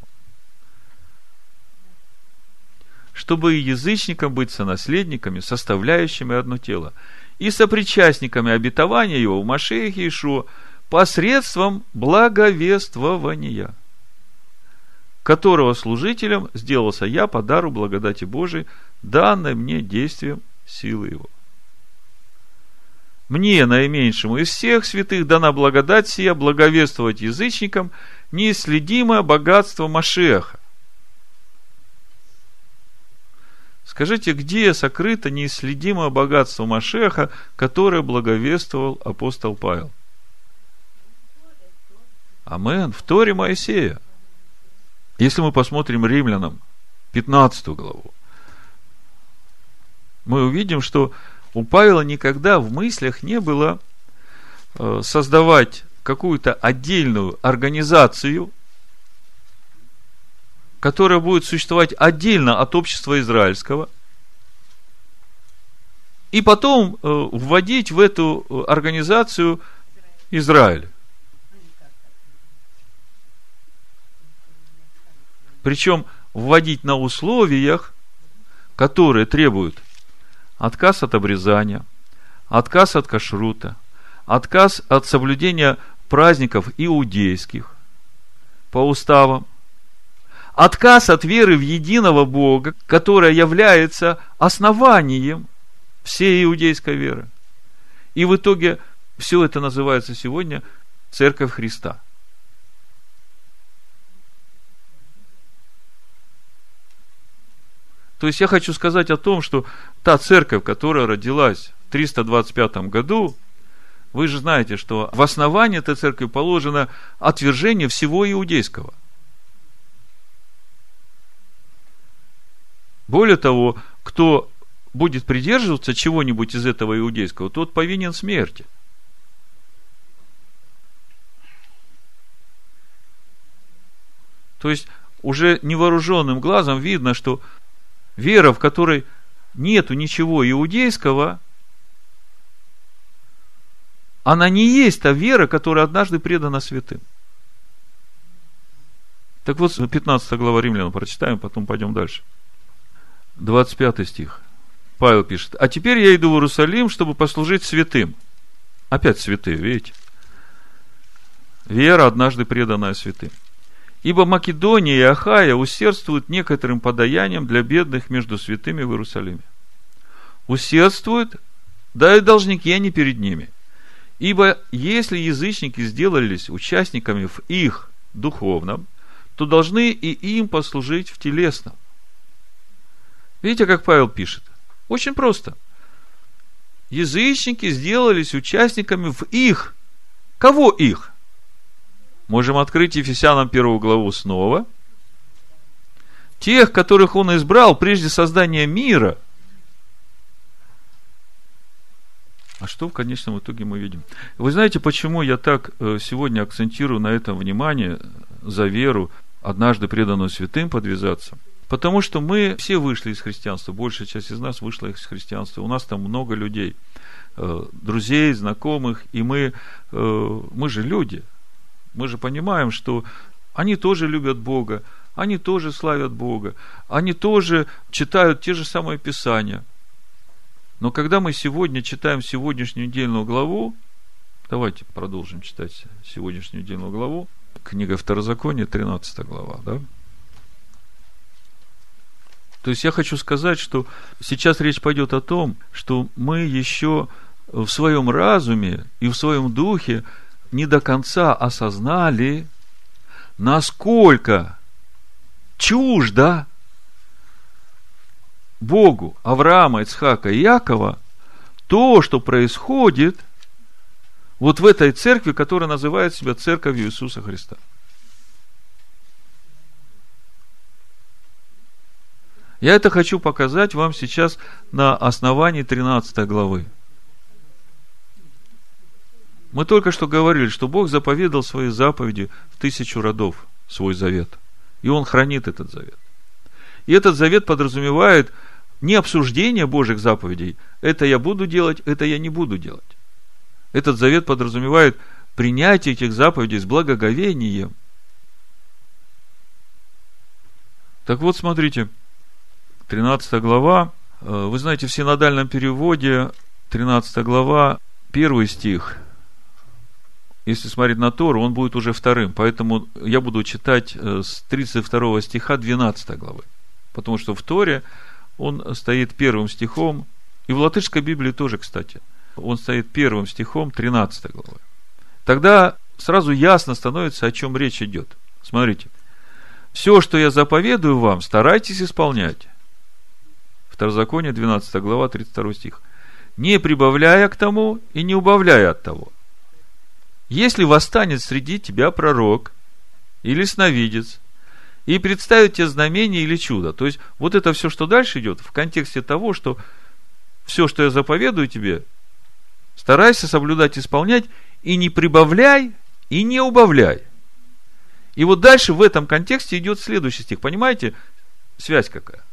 Чтобы и язычникам быть сонаследниками, составляющими одно тело, и сопричастниками обетования его в Машиахе Иешуа посредством благовествования, которого служителем сделался я по дару благодати Божией, данной мне действием силы его. Мне, наименьшему из всех святых, дана благодать сия благовествовать язычникам неисследимое богатство Машиаха. Скажите, где сокрыто неисследимое богатство Машиаха, которое благовествовал апостол Павел? Амен. В Торе Моисея. Если мы посмотрим Римлянам пятнадцатую главу, мы увидим, что у Павла никогда в мыслях не было создавать какую-то отдельную организацию, которая будет существовать отдельно от общества израильского, и потом вводить в эту организацию Израиль. Причем вводить на условиях, которые требуют отказ от обрезания, отказ от кашрута, отказ от соблюдения праздников иудейских по уставам, отказ от веры в единого Бога, которая является основанием всей иудейской веры. И в итоге все это называется сегодня Церковь Христа. То есть я хочу сказать о том, что та церковь, которая родилась в триста двадцать пятом году, вы же знаете, что в основании этой церкви положено отвержение всего иудейского. Более того, кто будет придерживаться чего-нибудь из этого иудейского, тот повинен смерти. То есть уже невооруженным глазом видно, что вера, в которой нету ничего иудейского, она не есть та вера, которая однажды предана святым. Так вот, пятнадцатая глава Римлянам прочитаем, потом пойдем дальше. двадцать пятый стих. Павел пишет: «А теперь я иду в Иерусалим, чтобы послужить святым». Опять святые, видите? Вера, однажды преданная святым. «Ибо Македония и Ахая усердствуют некоторым подаянием для бедных между святыми в Иерусалиме. Усердствуют, да и должники они перед ними. Ибо если язычники сделались участниками в их духовном, то должны и им послужить в телесном». Видите, как Павел пишет? Очень просто. Язычники сделались участниками в их. Кого их? Можем открыть Ефесянам первую главу снова. Тех, которых он избрал прежде создания мира. А что в конечном итоге мы видим? Вы знаете, почему я так сегодня акцентирую на этом внимание, за веру, однажды преданную святым подвязаться? Потому что мы все вышли из христианства, большая часть из нас вышла из христианства. У нас там много людей, друзей, знакомых, и мы, мы же люди. Мы же понимаем, что они тоже любят Бога, они тоже славят Бога, они тоже читают те же самые Писания. Но когда мы сегодня читаем сегодняшнюю недельную главу, давайте продолжим читать сегодняшнюю недельную главу, книга Второзакония, тринадцатая глава, да? То есть я хочу сказать, что сейчас речь пойдет о том, что мы еще в своем разуме и в своем духе не до конца осознали, насколько чуждо Богу Авраама, Ицхака и Якова то, что происходит вот в этой церкви, которая называет себя Церковью Иисуса Христа. Я это хочу показать вам сейчас на основании тринадцатой главы. Мы только что говорили, что Бог заповедал свои заповеди в тысячу родов, свой завет. И Он хранит этот завет. И этот завет подразумевает не обсуждение Божьих заповедей. Это я буду делать, это я не буду делать. Этот завет подразумевает принятие этих заповедей с благоговением. Так вот, смотрите, тринадцатая глава. Вы знаете, в синодальном переводе тринадцатая глава, первый стих. Если смотреть на Тору, он будет уже вторым. Поэтому я буду читать с тридцать второго стиха двенадцатой главы. Потому что в Торе он стоит первым стихом. И в латышской Библии тоже, кстати. Он стоит первым стихом тринадцатой главы. Тогда сразу ясно становится, о чем речь идет. Смотрите. Все, что я заповедую вам, старайтесь исполнять. Второзаконие, двенадцатая глава, тридцать второй стих. Не прибавляя к тому и не убавляя от того. Если восстанет среди тебя пророк или сновидец и представит тебе знамение или чудо. То есть, вот это все, что дальше идет, в контексте того, что все, что я заповедую тебе, старайся соблюдать, исполнять, и не прибавляй, и не убавляй. И вот дальше в этом контексте идет следующий стих. Понимаете, связь какая?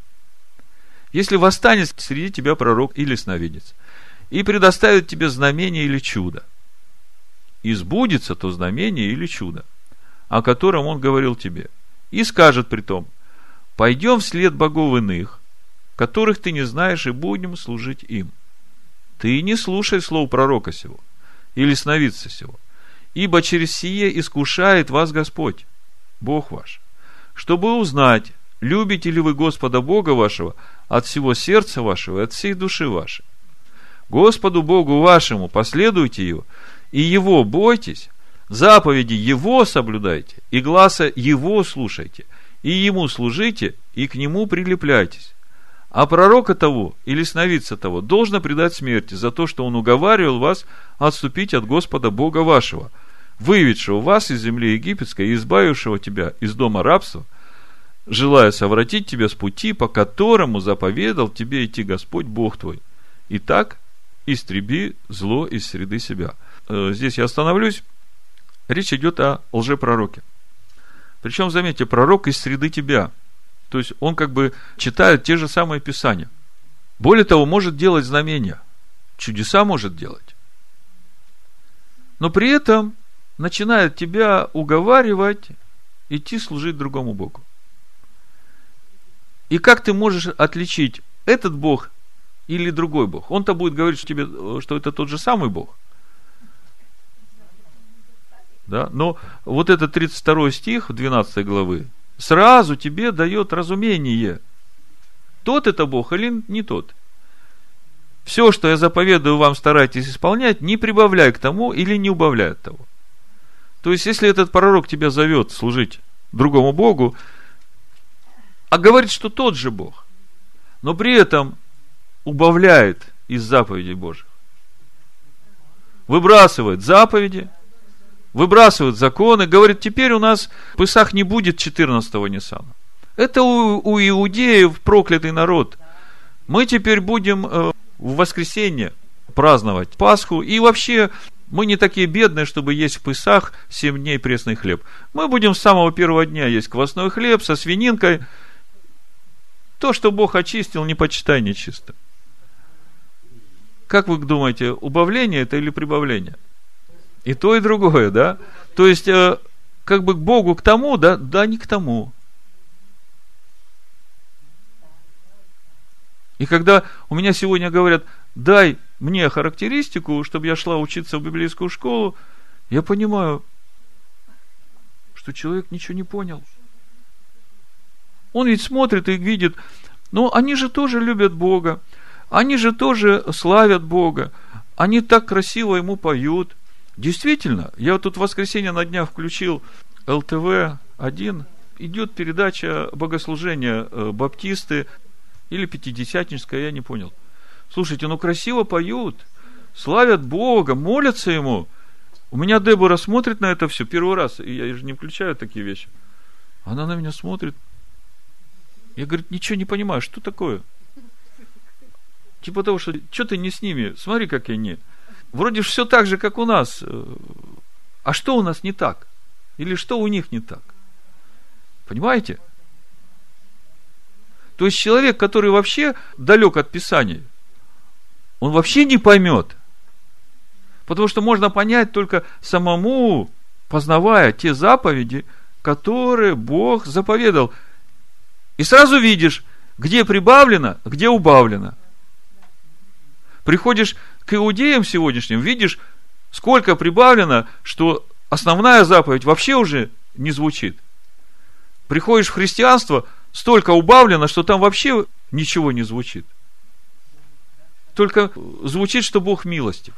Если восстанет среди тебя пророк или сновидец и предоставит тебе знамение или чудо, и сбудется то знамение или чудо, о котором он говорил тебе, и скажет при том: пойдем вслед богов иных, которых ты не знаешь, и будем служить им. Ты не слушай слов пророка сего или сновидца сего, ибо через сие искушает вас Господь, Бог ваш, чтобы узнать, любите ли вы Господа Бога вашего от всего сердца вашего и от всей души вашей. Господу Богу вашему последуйте Его, и Его бойтесь, заповеди Его соблюдайте, и гласа Его слушайте, и Ему служите, и к Нему прилепляйтесь. А пророка того или сновидца того должно предать смерти за то, что он уговаривал вас отступить от Господа Бога вашего, выведшего вас из земли египетской и избавившего тебя из дома рабства, желая совратить тебя с пути, по которому заповедал тебе идти Господь Бог твой. Итак, истреби зло из среды себя. Здесь я остановлюсь. Речь идет о лжепророке. Причем, заметьте, пророк из среды тебя. То есть, он как бы читает те же самые Писания. Более того, может делать знамения. Чудеса может делать. Но при этом начинает тебя уговаривать идти служить другому Богу. И как ты можешь отличить этот Бог или другой Бог? Он-то будет говорить что тебе, что это тот же самый Бог. Да? Но вот этот тридцать второй стих двенадцатой главы сразу тебе дает разумение. Тот это Бог или не тот. Все, что я заповедую вам, старайтесь исполнять, не прибавляй к тому или не убавляй от того. То есть, если этот пророк тебя зовет служить другому Богу, а говорит, что тот же Бог, но при этом убавляет из заповедей Божьих, выбрасывает заповеди, выбрасывает законы, говорит, теперь у нас в Песах не будет четырнадцатого Ниссана. Это у, у иудеев проклятый народ. Мы теперь будем э, в воскресенье праздновать Пасху, и вообще мы не такие бедные, чтобы есть в Песах семь дней пресный хлеб. Мы будем с самого первого дня есть квасной хлеб со свининкой. То, что Бог очистил, не почитай нечисто. Как вы думаете, убавление это или прибавление? И то, и другое, да? То есть, э, как бы к Богу к тому, да? Да, не к тому. И когда у меня сегодня говорят, дай мне характеристику, чтобы я шла учиться в библейскую школу, я понимаю, что человек ничего не понял. Он ведь смотрит и видит, ну, они же тоже любят Бога, они же тоже славят Бога, они так красиво Ему поют. Действительно, я вот тут в воскресенье на днях включил эл тэ вэ один, идет передача богослужения баптисты или пятидесятническая, я не понял. Слушайте, ну красиво поют, славят Бога, молятся Ему. У меня Дебора смотрит на это все первый раз, и я же не включаю такие вещи. Она на меня смотрит. Я, говорит, ничего не понимаю, что такое? Типа того, что что ты не с ними, смотри, как они. вроде все так же, как у нас. А что у нас не так? Или что у них не так? Понимаете? То есть человек, который вообще далек от Писания, он вообще не поймет. Потому что можно понять только самому, познавая те заповеди, которые Бог заповедал. И сразу видишь, где прибавлено, где убавлено. Приходишь к иудеям сегодняшним, видишь, сколько прибавлено, что основная заповедь вообще уже не звучит. Приходишь в христианство, столько убавлено, что там вообще ничего не звучит. Только звучит, что Бог милостив.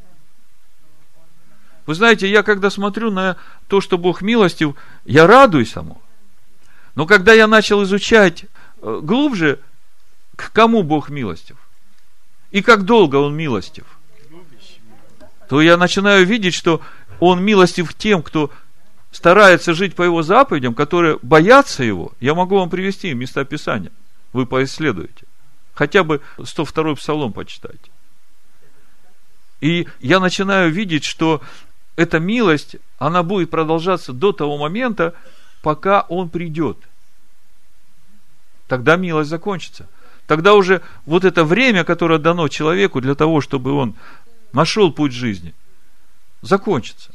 Вы знаете, я когда смотрю на то, что Бог милостив, я радуюсь само. Но когда я начал изучать глубже, к кому Бог милостив, и как долго Он милостив, то я начинаю видеть, что Он милостив к тем, кто старается жить по Его заповедям, которые боятся Его. Я могу вам привести места Писания. Вы поисследуете. Хотя бы сто второй Псалом почитайте. И я начинаю видеть, что эта милость, она будет продолжаться до того момента, пока Он придет. Тогда милость закончится. Тогда уже вот это время, которое дано человеку для того, чтобы он нашел путь жизни, закончится.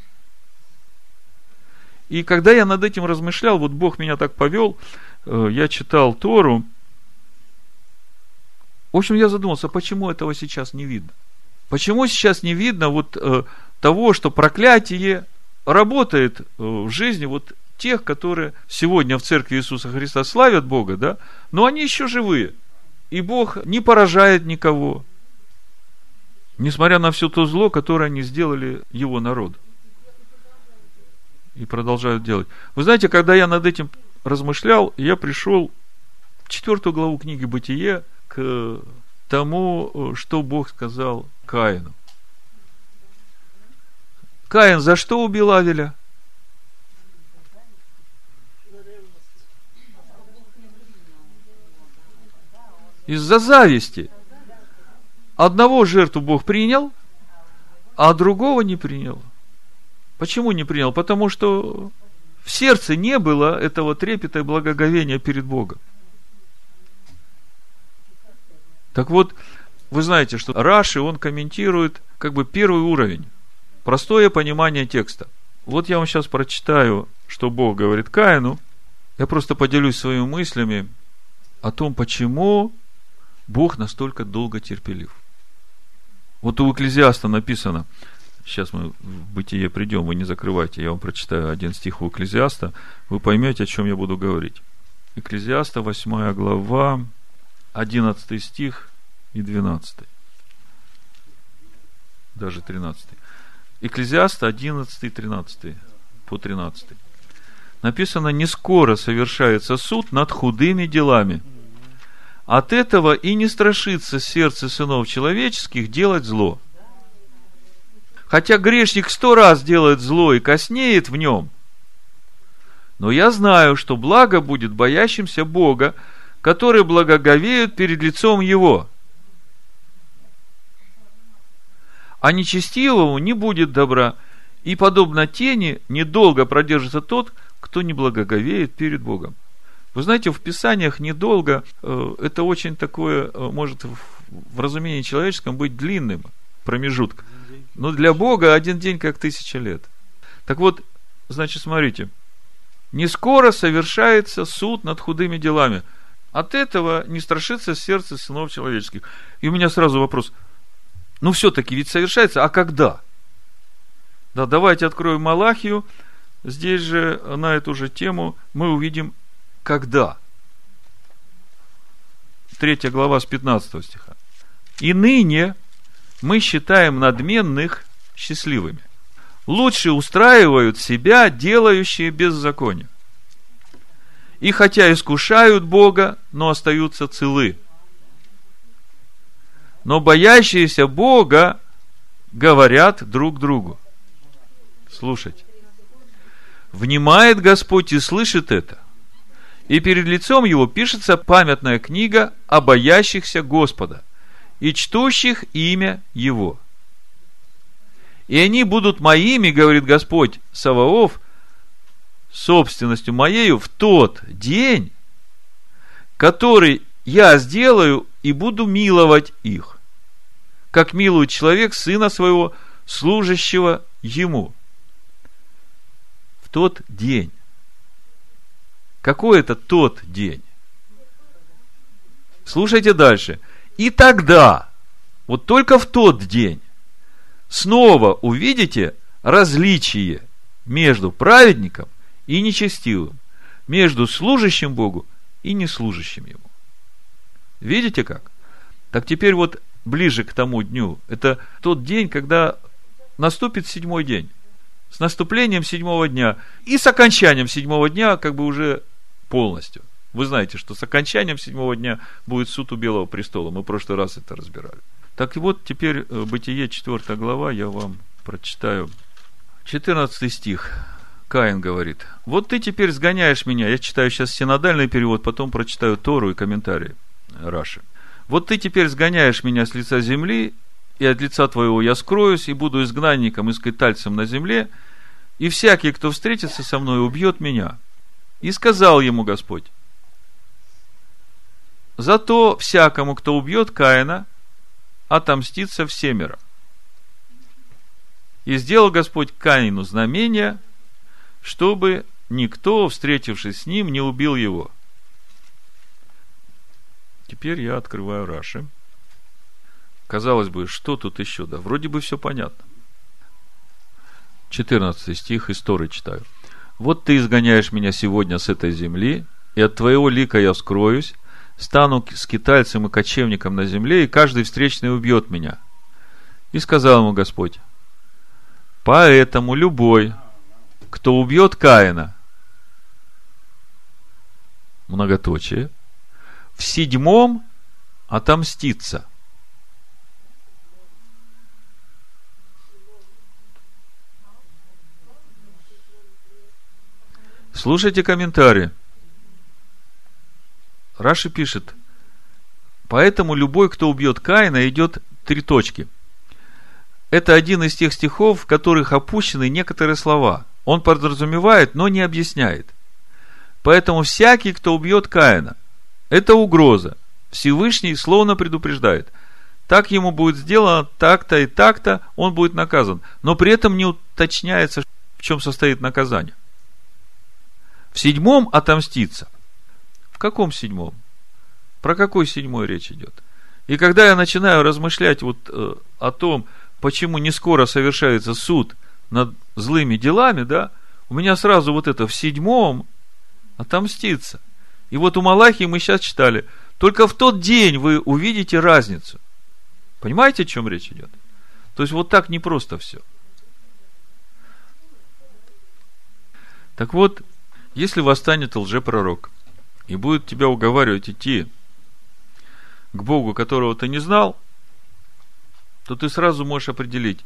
И когда я над этим размышлял, вот Бог меня так повел, я читал Тору. В общем, я задумался, почему этого сейчас не видно? Почему сейчас не видно вот э, того, что проклятие работает э, в жизни вот тех, которые сегодня в церкви Иисуса Христа славят Бога, да, но они еще живые. И Бог не поражает никого, несмотря на все то зло, которое они сделали Его народу. И продолжают делать. Вы знаете, когда я над этим размышлял, я пришел в четвертую главу книги Бытие к тому, что Бог сказал Каину. Каин за что убил Авеля? Из-за зависти. Одного жертву Бог принял, а другого не принял. Почему не принял? Потому что в сердце не было этого трепета и благоговения перед Богом. Так вот, вы знаете, что Раши, он комментирует как бы первый уровень. Простое понимание текста. Вот я вам сейчас прочитаю, что Бог говорит Каину. Я просто поделюсь своими мыслями о том, почему Бог настолько долго терпелив. Вот у Экклезиаста написано, сейчас мы в Бытие придем, вы не закрывайте, я вам прочитаю один стих у Экклезиаста, вы поймете, о чем я буду говорить. Экклезиаста, восьмая глава, одиннадцатый стих и двенадцатый. Даже тринадцатый. Экклезиаста одиннадцатый, тринадцатый по тринадцатый. Написано: не скоро совершается суд над худыми делами. От этого и не страшится сердце сынов человеческих делать зло. Хотя грешник сто раз делает зло и коснеет в нем, но я знаю, что благо будет боящимся Бога, которые благоговеют перед лицом Его. А нечестивому не будет добра, и, подобно тени, недолго продержится тот, кто не благоговеет перед Богом. Вы знаете, в Писаниях недолго, э, это очень такое, э, может в, в разумении человеческом быть длинным промежутком. Но для Бога один день как тысяча лет. Так вот, значит, смотрите. Не скоро совершается суд над худыми делами. От этого не страшится сердце сынов человеческих. И у меня сразу вопрос. Ну, все-таки ведь совершается, а когда? Да, давайте откроем Малахию. Здесь же на эту же тему мы увидим, когда. Третья глава с пятнадцатого стиха. И ныне мы считаем надменных счастливыми. Лучше устраивают себя делающие беззаконие. И хотя искушают Бога, но остаются целы. Но боящиеся Бога говорят друг другу. Слушайте. Внимает Господь и слышит это. И перед лицом Его пишется памятная книга о боящихся Господа и чтущих имя Его. И они будут моими, говорит Господь Саваоф, собственностью моею в тот день, который я сделаю и буду миловать их, как милует человек сына своего, служащего ему. В тот день. Какой это тот день? Слушайте дальше. И тогда, вот только в тот день, снова увидите различие между праведником и нечестивым, между служащим Богу и неслужащим Ему. Видите как? Так теперь вот ближе к тому дню. Это тот день, когда наступит седьмой день. С наступлением седьмого дня и с окончанием седьмого дня как бы уже полностью. Вы знаете, что с окончанием седьмого дня будет суд у Белого престола. Мы в прошлый раз это разбирали. Так и вот теперь Бытие, четвёртая глава, я вам прочитаю. четырнадцатый стих. Каин говорит: вот ты теперь сгоняешь меня. Я читаю сейчас синодальный перевод, потом прочитаю Тору и комментарии Раши. Вот ты теперь сгоняешь меня с лица земли, и от лица твоего я скроюсь, и буду изгнанником и скитальцем на земле, и всякий, кто встретится со мной, убьет меня. И сказал ему Господь: зато всякому, кто убьет Каина, отомстится всемеро. И сделал Господь Каину знамение, чтобы никто, встретившись с ним, не убил его. Теперь я открываю Раши. Казалось бы, что тут еще? Да, вроде бы все понятно. четырнадцатый стих из Торы читаю. Вот ты изгоняешь меня сегодня с этой земли, и от твоего лика я скроюсь, стану скитальцем и кочевником на земле, и каждый встречный убьет меня. И сказал ему Господь: поэтому любой, кто убьет Каина, многоточие, в седьмом отомстится. Слушайте комментарии. Раши пишет: поэтому любой, кто убьет Каина, идет три точки. Это один из тех стихов, в которых опущены некоторые слова. Он подразумевает, но не объясняет. Поэтому всякий, кто убьет Каина, это угроза. Всевышний словно предупреждает: так ему будет сделано, так-то и так-то, он будет наказан. Но при этом не уточняется, в чем состоит наказание. В седьмом отомстится. В каком седьмом? Про какой седьмой речь идет? И когда я начинаю размышлять вот э, о том, почему не скоро совершается суд над злыми делами, да, у меня сразу вот это в седьмом отомстится. И вот у Малахии мы сейчас читали: только в тот день вы увидите разницу. Понимаете, о чем речь идет? То есть вот так непросто все. Так вот, если восстанет лжепророк и будет тебя уговаривать идти к Богу, которого ты не знал, то ты сразу можешь определить: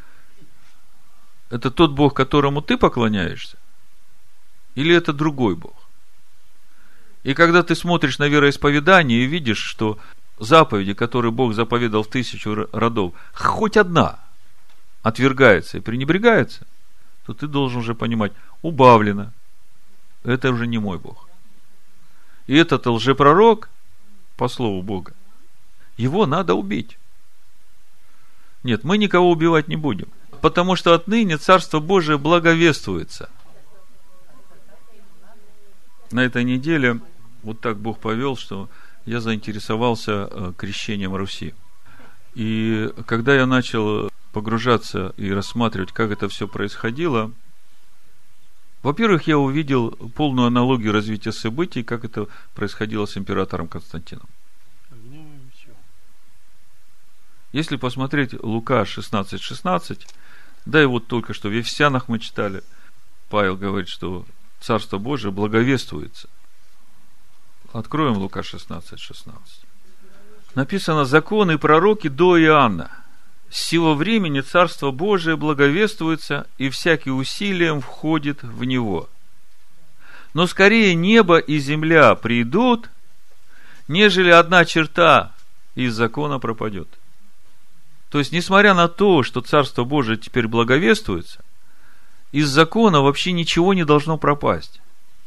это тот Бог, которому ты поклоняешься, или это другой Бог. И когда ты смотришь на вероисповедание и видишь, что заповеди, которые Бог заповедал в тысячу родов, хоть одна отвергается и пренебрегается, то ты должен уже понимать: убавлено, это уже не мой Бог. И этот лжепророк, по слову Бога, его надо убить. Нет, мы никого убивать не будем, потому что отныне Царство Божие благовествуется. На этой неделе вот так Бог повел, что я заинтересовался крещением Руси. И когда я начал погружаться и рассматривать, как это все происходило, во-первых, я увидел полную аналогию развития событий, как это происходило с императором Константином. Если посмотреть Лука шестнадцать шестнадцать, да и вот только что в Ефесянах мы читали, Павел говорит, что Царство Божие благовествуется. Откроем Лука шестнадцать шестнадцать. Написано: законы и пророки до Иоанна. С сего времени Царство Божие благовествуется, и всякий усилием входит в него. Но скорее небо и земля придут, нежели одна черта из закона пропадет. То есть, несмотря на то, что Царство Божие теперь благовествуется, из закона вообще ничего не должно пропасть.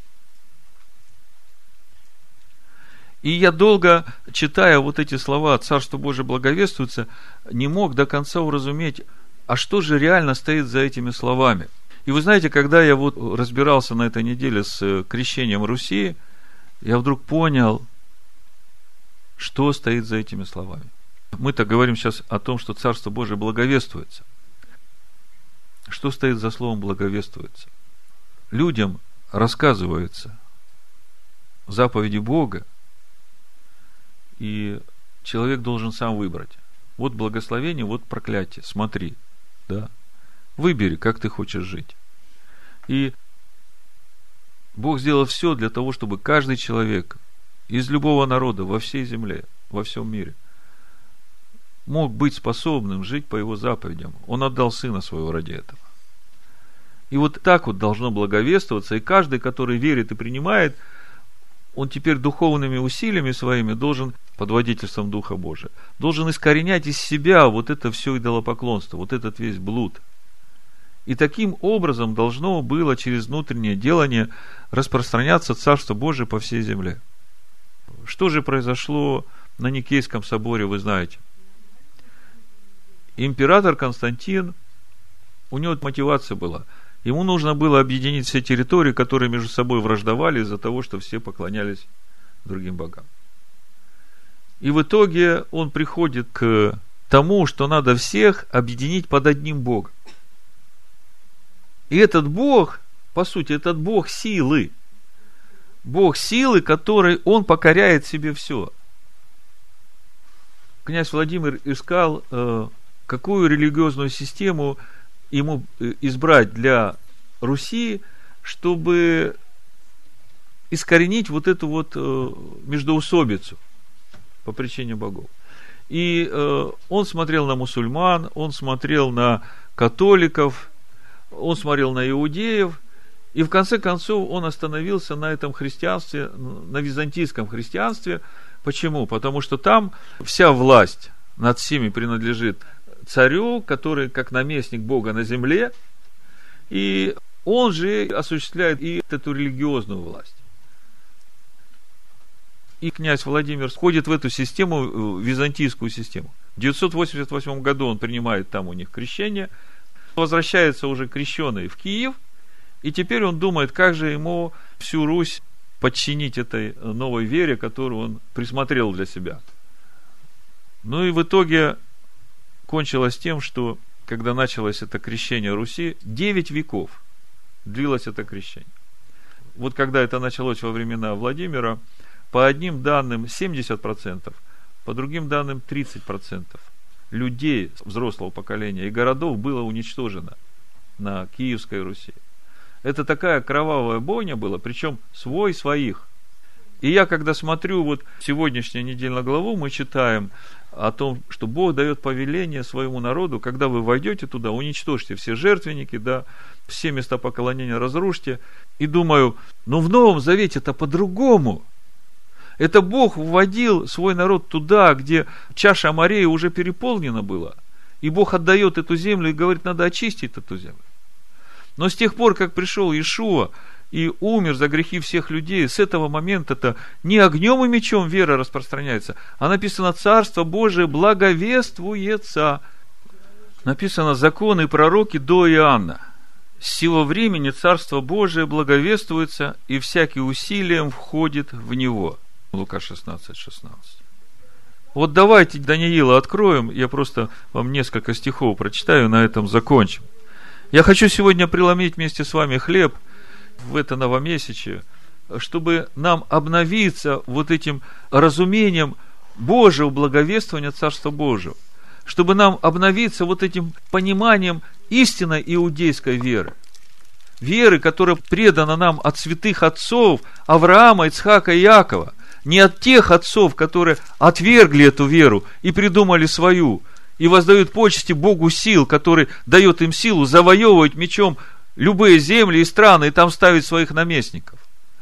И я долго, читая вот эти слова «Царство Божие благовествуется», не мог до конца уразуметь, а что же реально стоит за этими словами. И вы знаете, когда я вот разбирался на этой неделе с крещением Руси, я вдруг понял, что стоит за этими словами. Мы-то говорим сейчас о том, что Царство Божие благовествуется. Что стоит за словом «благовествуется»? Людям рассказываются заповеди Бога, и человек должен сам выбрать. Вот благословение, вот проклятие. Смотри, да. Выбери, как ты хочешь жить. И Бог сделал все для того, чтобы каждый человек из любого народа во всей земле, во всем мире мог быть способным жить по Его заповедям. Он отдал Сына Своего ради этого. И вот так вот должно благовествоваться, и каждый, который верит и принимает, он теперь духовными усилиями своими должен, под водительством Духа Божия, должен искоренять из себя вот это все идолопоклонство, вот этот весь блуд. И таким образом должно было через внутреннее делание распространяться Царство Божие по всей земле. Что же произошло на Никейском соборе, вы знаете? Император Константин, у него мотивация была. Ему нужно было объединить все территории, которые между собой враждовали из-за того, что все поклонялись другим богам. И в итоге он приходит к тому, что надо всех объединить под одним Богом. И этот Бог, по сути, этот Бог силы. Бог силы, который Он покоряет себе все. Князь Владимир искал, какую религиозную систему ему избрать для Руси, чтобы искоренить вот эту вот междоусобицу по причине богов. И он смотрел на мусульман, он смотрел на католиков, он смотрел на иудеев, и в конце концов он остановился на этом христианстве, на византийском христианстве. Почему? Потому что там вся власть над всеми принадлежит царю, который как наместник Бога на земле, и он же осуществляет и эту религиозную власть. И князь Владимир входит в эту систему, византийскую систему. В девятьсот восемьдесят восьмом году он принимает там у них крещение, возвращается уже крещеный в Киев, и теперь он думает, как же ему всю Русь подчинить этой новой вере, которую он присмотрел для себя. Ну и в итоге кончилось тем, что когда началось это крещение Руси, девять веков длилось это крещение. Вот когда это началось во времена Владимира, по одним данным семьдесят процентов, по другим данным тридцать процентов людей взрослого поколения и городов было уничтожено на Киевской Руси. Это такая кровавая бойня была, причем свой своих. И я, когда смотрю вот сегодняшнюю недельную главу, мы читаем о том, что Бог дает повеление своему народу, когда вы войдете туда, уничтожьте все жертвенники, да, все места поклонения разрушьте. И думаю, ну в Новом Завете-то по-другому. Это Бог вводил свой народ туда, где чаша морей уже переполнена была. И Бог отдает эту землю и говорит, надо очистить эту землю. Но с тех пор, как пришел Иешуа и умер за грехи всех людей, с этого момента-то не огнем и мечом вера распространяется, а написано, Царство Божие благовествуется. Написано, законы и пророки до Иоанна. С сего времени Царство Божие благовествуется, и всякий усилием входит в него. Лука шестнадцать шестнадцать. Вот давайте Даниила откроем, я просто вам несколько стихов прочитаю, на этом закончим. Я хочу сегодня преломить вместе с вами хлеб в это новомесячие, чтобы нам обновиться вот этим разумением Божьего благовествования Царства Божьего, чтобы нам обновиться вот этим пониманием истинной иудейской веры, веры, которая предана нам от святых отцов Авраама, Ицхака и Иакова, не от тех отцов, которые отвергли эту веру и придумали свою, и воздают почести Богу сил, который дает им силу завоевывать мечом любые земли и страны, и там ставить своих наместников.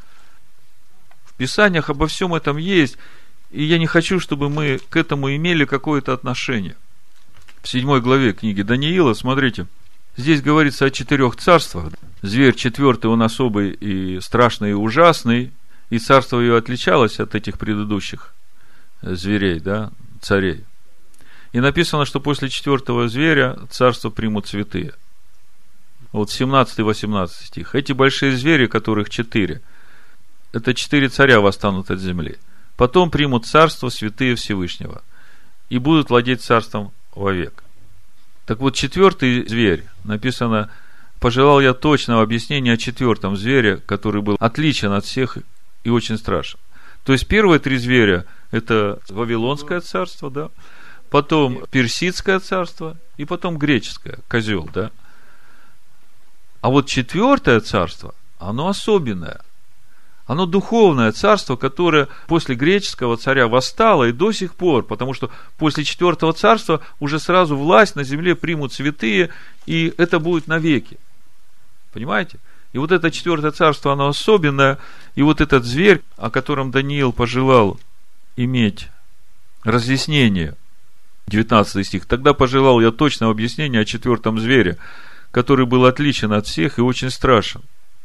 В Писаниях обо всем этом есть, и я не хочу, чтобы мы к этому имели какое-то отношение. в седьмой главе книги Даниила, смотрите, здесь говорится о четырех царствах. Зверь четвертый, он особый и страшный, и ужасный, и царство ее отличалось от этих предыдущих зверей, да, царей. И написано, что после четвертого зверя царство примут святые. Вот семнадцатый-восемнадцатый стих. Эти большие звери, которых четыре, это четыре царя восстанут от земли. Потом примут царство святые Всевышнего и будут владеть царством вовек. Так вот, четвертый зверь, написано, пожелал я точного объяснения о четвертом звере, который был отличен от всех и очень страшен. То есть, первые три зверя, это Вавилонское царство, да, потом Персидское царство, и потом греческое, козел, да. А вот четвертое царство, оно особенное. Оно духовное царство, которое после греческого царя восстало и до сих пор, потому что после четвертого царства уже сразу власть на земле примут святые, и это будет навеки. Понимаете? И вот это четвертое царство, оно особенное, и вот этот зверь, о котором Даниил пожелал иметь разъяснение, девятнадцатый стих, тогда пожелал я точного объяснения о четвертом звере, который был отличен от всех и очень страшен.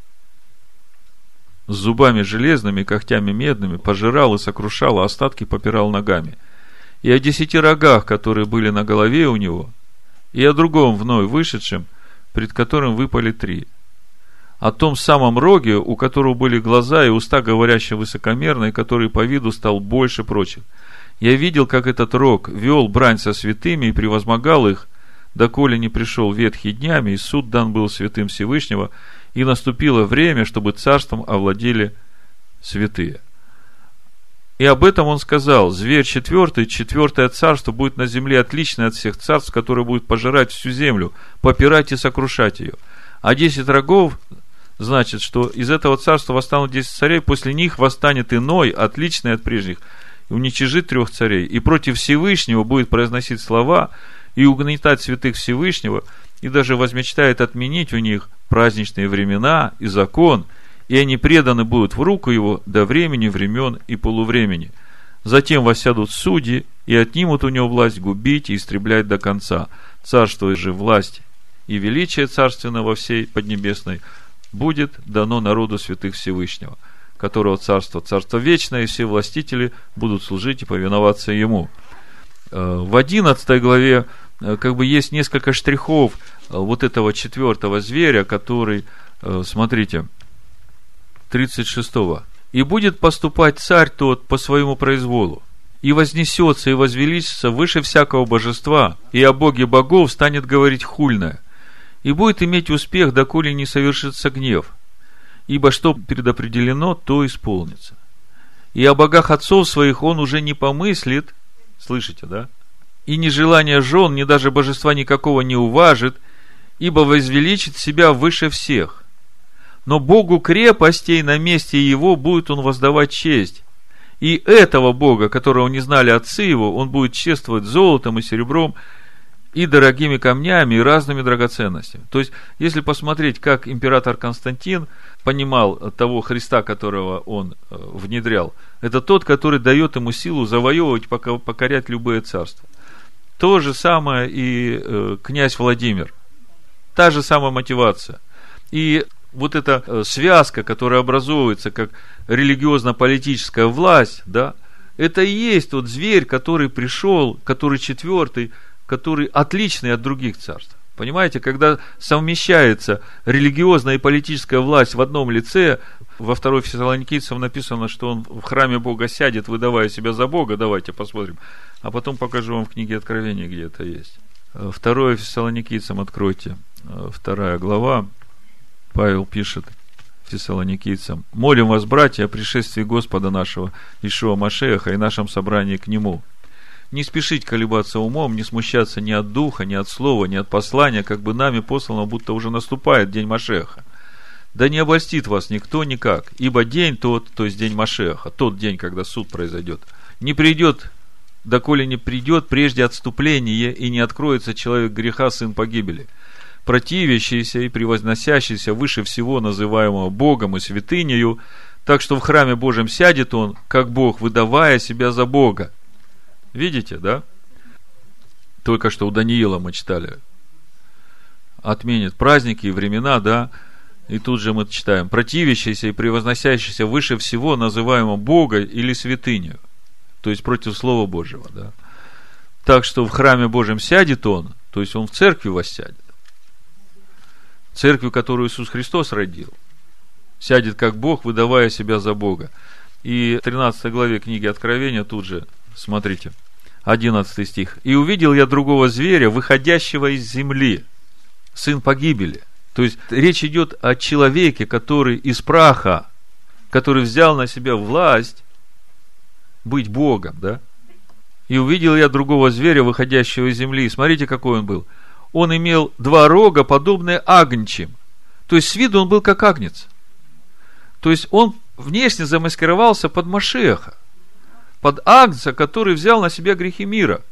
С зубами железными, когтями медными, пожирал и сокрушал, а остатки попирал ногами. И о десяти рогах, которые были на голове у него, и о другом вновь вышедшем, пред которым выпали три. О том самом роге, у которого были глаза и уста, говорящие высокомерно, и который по виду стал больше прочих. Я видел, как этот рог вел брань со святыми и превозмогал их, доколе не пришел ветхий днями, и суд дан был святым Всевышнего, и наступило время, чтобы царством овладели святые. И об этом он сказал: зверь четвертый, четвертое царство будет на земле отличное от всех царств, которые будут пожирать всю землю, попирать и сокрушать ее. А десять рогов, значит, что из этого царства восстанут десять царей, после них восстанет иной, отличный от прежних, и уничижит трех царей, и против Всевышнего будет произносить слова, и угнетать святых Всевышнего, и даже возмечтает отменить у них праздничные времена и закон, и они преданы будут в руку его до времени, времен и полувремени. Затем воссядут судьи, и отнимут у него власть губить и истреблять до конца. Царство же, власть и величие царственное во всей Поднебесной будет дано народу святых Всевышнего, которого царство, царство вечное, и все властители будут служить и повиноваться ему. В одиннадцатой главе как бы есть несколько штрихов вот этого четвертого зверя, который, смотрите, тридцать шестого. «И будет поступать царь тот по своему произволу, и вознесется и возвеличится выше всякого божества, и о Боге богов станет говорить хульное, и будет иметь успех, доколе не совершится гнев, ибо что предопределено, то исполнится. И о богах отцов своих он уже не помыслит». Слышите, да? «И ни желания жен, ни даже божества никакого не уважит, ибо возвеличит себя выше всех. Но Богу крепостей на месте его будет он воздавать честь. И этого Бога, которого не знали отцы его, он будет чествовать золотом и серебром, и дорогими камнями, и разными драгоценностями». То есть, если посмотреть, как император Константин понимал того Христа, которого он внедрял, это тот, который дает ему силу завоевывать, покорять любые царства. То же самое и э, князь Владимир. Та же самая мотивация. И вот эта связка, которая образовывается как религиозно-политическая власть, да, это и есть тот зверь, который пришел, который четвертый, который отличный от других царств. Понимаете, когда совмещается религиозная и политическая власть в одном лице, во второй Фессалоникийцам написано, что он в храме Бога сядет, выдавая себя за Бога. Давайте посмотрим. А потом покажу вам в книге Откровения, где это есть. Второе Фессалоникийцам откройте. Вторая глава. Павел пишет Фессалоникийцам: «Молим вас, братья, о пришествии Господа нашего Иешуа Машеха и нашем собрании к Нему. Не спешить колебаться умом, не смущаться ни от духа, ни от слова, ни от послания, как бы нами послано, будто уже наступает день Машеха. Да не обольстит вас никто никак, ибо день тот, то есть день Машеха, тот день, когда суд произойдет, не придет, доколе не придет прежде отступление, и не откроется человек греха, сын погибели, противящийся и превозносящийся выше всего называемого Богом и святынею, так что в храме Божьем сядет он, как Бог, выдавая себя за Бога». Видите, да? Только что у Даниила мы читали. Отменит праздники и времена, да. И тут же мы читаем: противящийся и превозносящийся выше всего, называемого Бога или святыню. То есть против Слова Божьего, да. Так что в храме Божьем сядет он, то есть он в церкви воссядет. Церкви, которую Иисус Христос родил. Сядет как Бог, выдавая себя за Бога. И в тринадцатой главе книги Откровения тут же, смотрите, одиннадцатый стих. «И увидел я другого зверя, выходящего из земли, сын погибели». То есть речь идет о человеке, который из праха, который взял на себя власть быть Богом, да? «И увидел я другого зверя, выходящего из земли». Смотрите, какой он был. Он имел два рога, подобные агнчим. То есть с виду он был как агнец. То есть он внешне замаскировался под Машиаха, под агнца, который взял на себя грехи мира.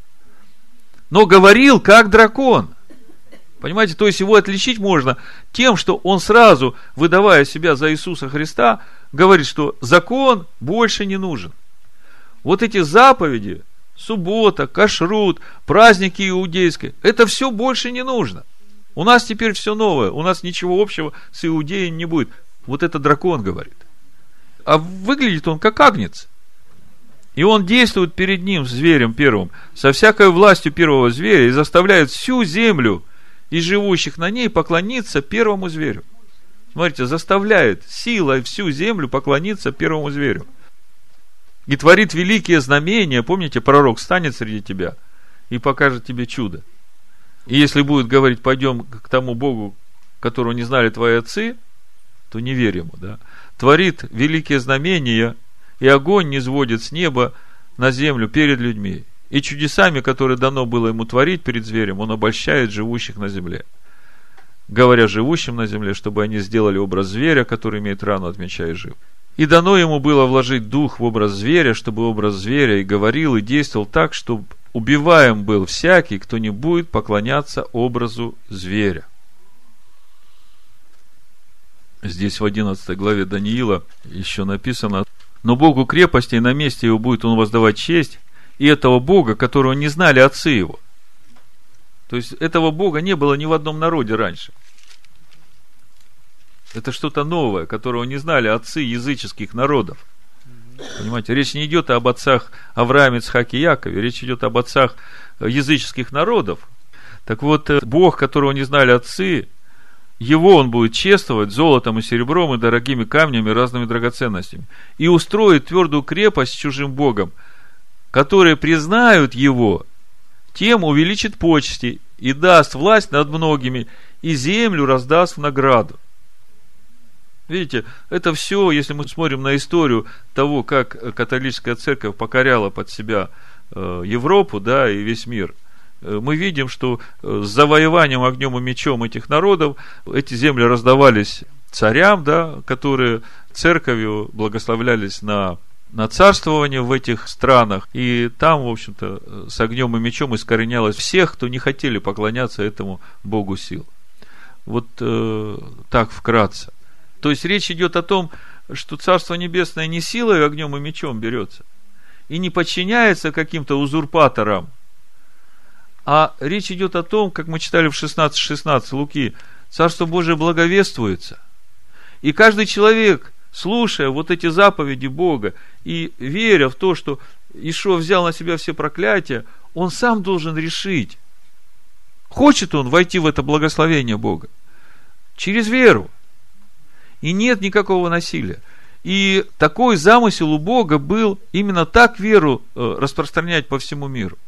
Но говорил как дракон. Понимаете, то есть его отличить можно тем, что он сразу, выдавая себя за Иисуса Христа, говорит, что закон больше не нужен. Вот эти заповеди, суббота, кашрут, праздники иудейские, это все больше не нужно. У нас теперь все новое, у нас ничего общего с иудеем не будет. Вот это дракон говорит. А выглядит он как агнец. И он действует перед ним, зверем первым, со всякой властью первого зверя и заставляет всю землю и живущих на ней поклониться первому зверю. Смотрите, заставляет силой всю землю поклониться первому зверю. И творит великие знамения. Помните, пророк станет среди тебя и покажет тебе чудо. И если будет говорить: пойдем к тому Богу, которого не знали твои отцы, то не верь ему, да? Творит великие знамения, и огонь низводит с неба на землю перед людьми. И чудесами, которые дано было ему творить перед зверем, он обольщает живущих на земле. Говоря живущим на земле, чтобы они сделали образ зверя, который имеет рану от меча и жив. И дано ему было вложить дух в образ зверя, чтобы образ зверя и говорил, и действовал так, чтобы убиваем был всякий, кто не будет поклоняться образу зверя. Здесь в одиннадцатой главе Даниила еще написано: но Богу крепости, и на месте его будет он воздавать честь, и этого Бога, которого не знали отцы его. То есть этого Бога не было ни в одном народе раньше. Это что-то новое, которого не знали отцы языческих народов. Понимаете, речь не идет об отцах Аврааме, Ицхаке и Якове, речь идет об отцах языческих народов. Так вот, Бог, которого не знали отцы, его он будет чествовать золотом и серебром и дорогими камнями и разными драгоценностями. И устроит твердую крепость с чужим Богом, которые признают его, тем увеличит почести и даст власть над многими, и землю раздаст в награду. Видите, это все, если мы смотрим на историю того, как католическая церковь покоряла под себя Европу, да, и весь мир, мы видим, что с завоеванием огнем и мечом этих народов эти земли раздавались царям, да, которые церковью благословлялись на, на царствование в этих странах, и там, в общем-то, с огнем и мечом искоренялось всех, кто не хотели поклоняться этому Богу сил. Вот э, так вкратце. То есть речь идет о том, что Царство Небесное не силой, огнем и мечом берется, и не подчиняется каким-то узурпаторам, а речь идет о том, как мы читали в шестнадцать шестнадцать Луки, Царство Божие благовествуется. И каждый человек, слушая вот эти заповеди Бога и веря в то, что Иешуа взял на себя все проклятия, он сам должен решить, хочет он войти в это благословение Бога через веру. И нет никакого насилия. И такой замысел у Бога был именно так веру распространять по всему миру.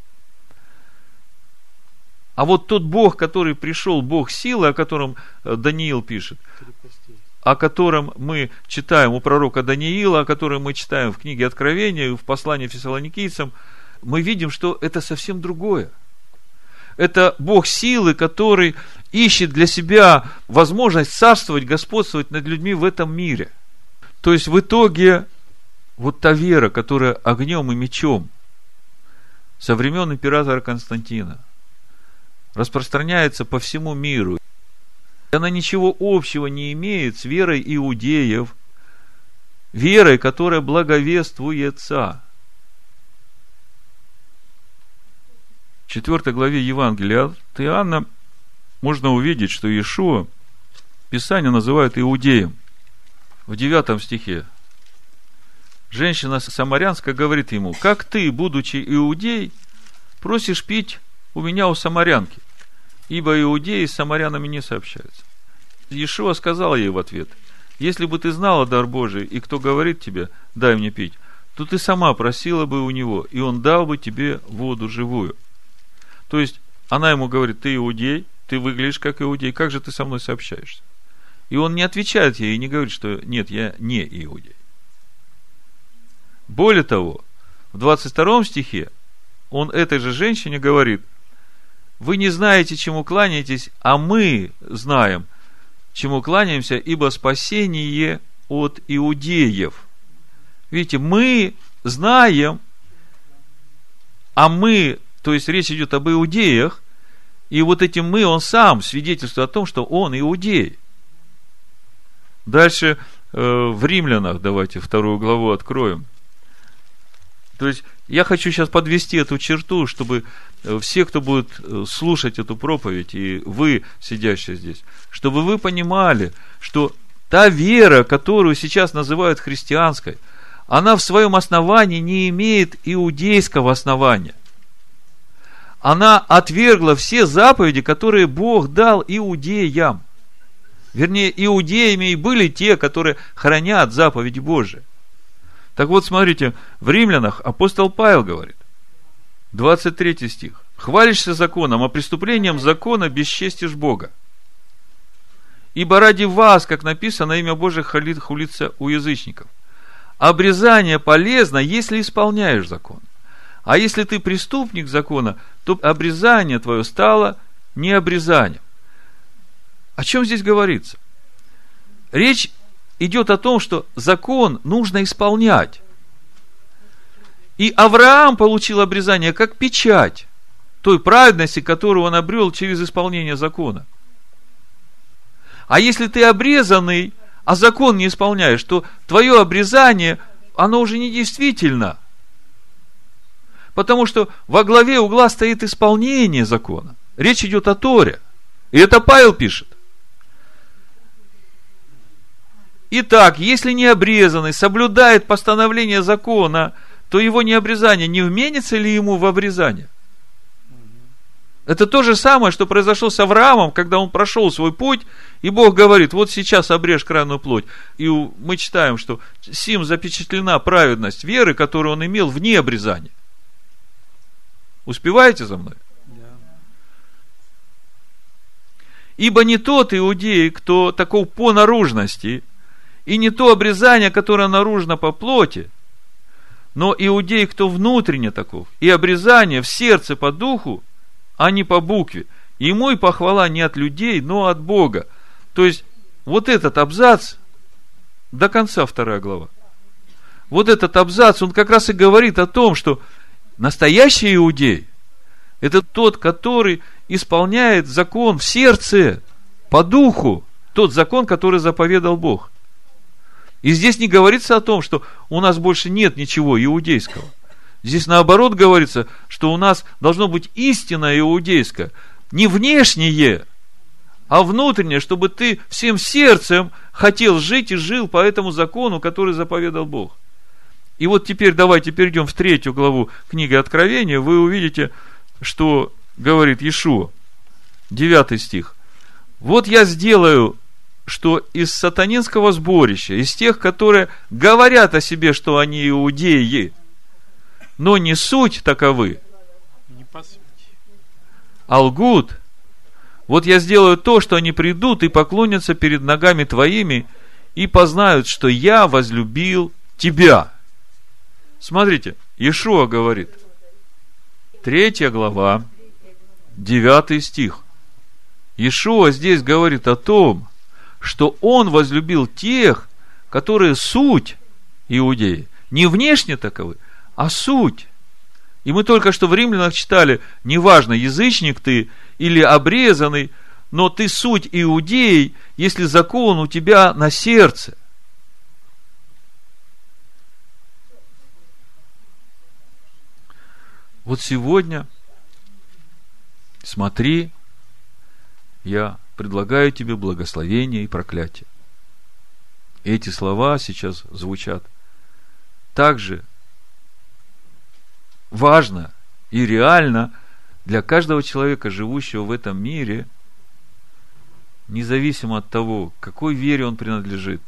А вот тот Бог, который пришел, Бог силы, о котором Даниил пишет, о котором мы читаем у пророка Даниила, о котором мы читаем в книге Откровения, в послании Фессалоникийцам, мы видим, что это совсем другое. Это Бог силы, который ищет для себя возможность царствовать, господствовать над людьми в этом мире. То есть в итоге вот та вера, которая огнем и мечом со времен императора Константина распространяется по всему миру, она ничего общего не имеет с верой иудеев, верой, которая благовествуется. в четвёртой главе Евангелия от Иоанна можно увидеть, что Иешуа Писание называет иудеем. В девятом стихе женщина самарянская говорит ему: как ты, будучи иудей, просишь пить у меня у самарянки, ибо иудеи с самарянами не сообщаются. Иешуа сказал ей в ответ: если бы ты знала дар Божий, и кто говорит тебе: дай мне пить, то ты сама просила бы у него, и он дал бы тебе воду живую. То есть, она ему говорит: ты иудей, ты выглядишь как иудей, как же ты со мной сообщаешься? И он не отвечает ей и не говорит, что нет, я не иудей. Более того, в двадцать втором стихе он этой же женщине говорит: вы не знаете, чему кланяетесь, а мы знаем, чему кланяемся, ибо спасение от иудеев. Видите, мы знаем, а мы, то есть речь идет об иудеях, и вот этим мы, он сам свидетельствует о том, что он иудей. Дальше э, в Римлянах, давайте вторую главу откроем. То есть я хочу сейчас подвести эту черту, чтобы все, кто будет слушать эту проповедь, и вы, сидящие здесь, чтобы вы понимали, что та вера, которую сейчас называют христианской, она в своем основании не имеет иудейского основания. Она отвергла все заповеди, которые Бог дал иудеям. Вернее, иудеями и были те, которые хранят заповеди Божии. Так вот, смотрите, в Римлянах апостол Павел говорит, двадцать третий стих: хвалишься законом, а преступлением закона бесчестишь Бога. Ибо ради вас, как написано, имя Божие хулится у язычников. Обрезание полезно, если исполняешь закон. А если ты преступник закона, то обрезание твое стало не обрезанием. О чем здесь говорится? Речь идет о том, что закон нужно исполнять. И Авраам получил обрезание как печать той праведности, которую он обрел через исполнение закона. А если ты обрезанный, а закон не исполняешь, то твое обрезание, оно уже не действительно. Потому что во главе угла стоит исполнение закона. Речь идет о Торе. И это Павел пишет. Итак, если необрезанный соблюдает постановление закона, то его необрезание не вменится ли ему в обрезание? Это то же самое, что произошло с Авраамом, когда он прошел свой путь, и Бог говорит: вот сейчас обрежь крайнюю плоть. И мы читаем, что сим запечатлена праведность веры, которую он имел вне обрезания. Успеваете за мной? Да. Ибо не тот иудей, кто таков по наружности, и не то обрезание, которое наружно по плоти, но иудей, кто внутренне таков, и обрезание в сердце по духу, а не по букве. Ему и похвала не от людей, но от Бога. То есть, вот этот абзац, до конца вторая глава, вот этот абзац, он как раз и говорит о том, что настоящий иудей – это тот, который исполняет закон в сердце, по духу, тот закон, который заповедал Бог. И здесь не говорится о том, что у нас больше нет ничего иудейского. Здесь наоборот говорится, что у нас должно быть истинное иудейское. Не внешнее, а внутреннее, чтобы ты всем сердцем хотел жить и жил по этому закону, который заповедал Бог. И вот теперь давайте перейдем в третью главу книги Откровения. Вы увидите, что говорит Иешуа. Девятый стих. Вот я сделаю, что из сатанинского сборища, из тех, которые говорят о себе, что они иудеи, но не суть таковы, Не по сути. а лгут. Вот я сделаю то, что они придут и поклонятся перед ногами твоими и познают, что я возлюбил тебя. Смотрите, Иешуа говорит, третья глава, девятый стих. Иешуа здесь говорит о том, что он возлюбил тех, которые суть иудеи, не внешне таковы, а суть. И мы только что в Римлянах читали, неважно, язычник ты или обрезанный, но ты суть иудей, если закон у тебя на сердце. Вот сегодня смотри, я предлагаю тебе благословение и проклятие. Эти слова сейчас звучат так же важно и реально для каждого человека, живущего в этом мире, независимо от того, к какой вере он принадлежит.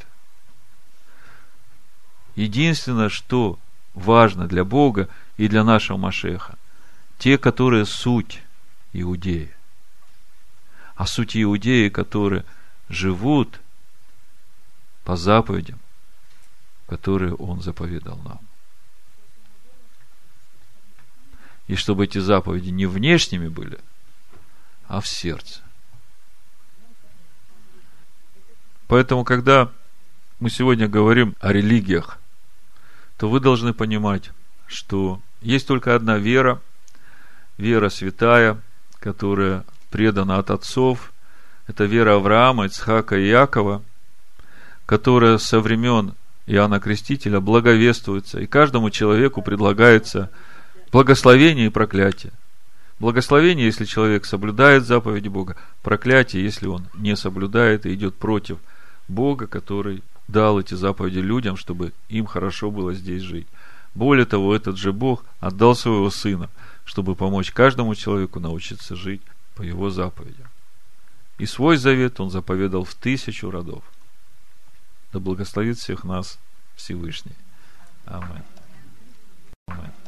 Единственное, что важно для Бога и для нашего Машеха, те, которые суть иудеи. А суть иудеи, которые живут по заповедям, которые Он заповедал нам. И чтобы эти заповеди не внешними были, а в сердце. Поэтому, когда мы сегодня говорим о религиях, то вы должны понимать, что есть только одна вера, вера святая, которая предана от отцов. Это вера Авраама, Ицхака и Иакова, которая со времен Иоанна Крестителя благовествуется, и каждому человеку предлагается благословение и проклятие. Благословение, если человек соблюдает заповеди Бога, проклятие, если он не соблюдает и идет против Бога, который дал эти заповеди людям, чтобы им хорошо было здесь жить. Более того, этот же Бог отдал своего Сына, чтобы помочь каждому человеку научиться жить по Его заповедям. И свой завет Он заповедал в тысячу родов. Да благословит всех нас Всевышний. Аминь. Аминь.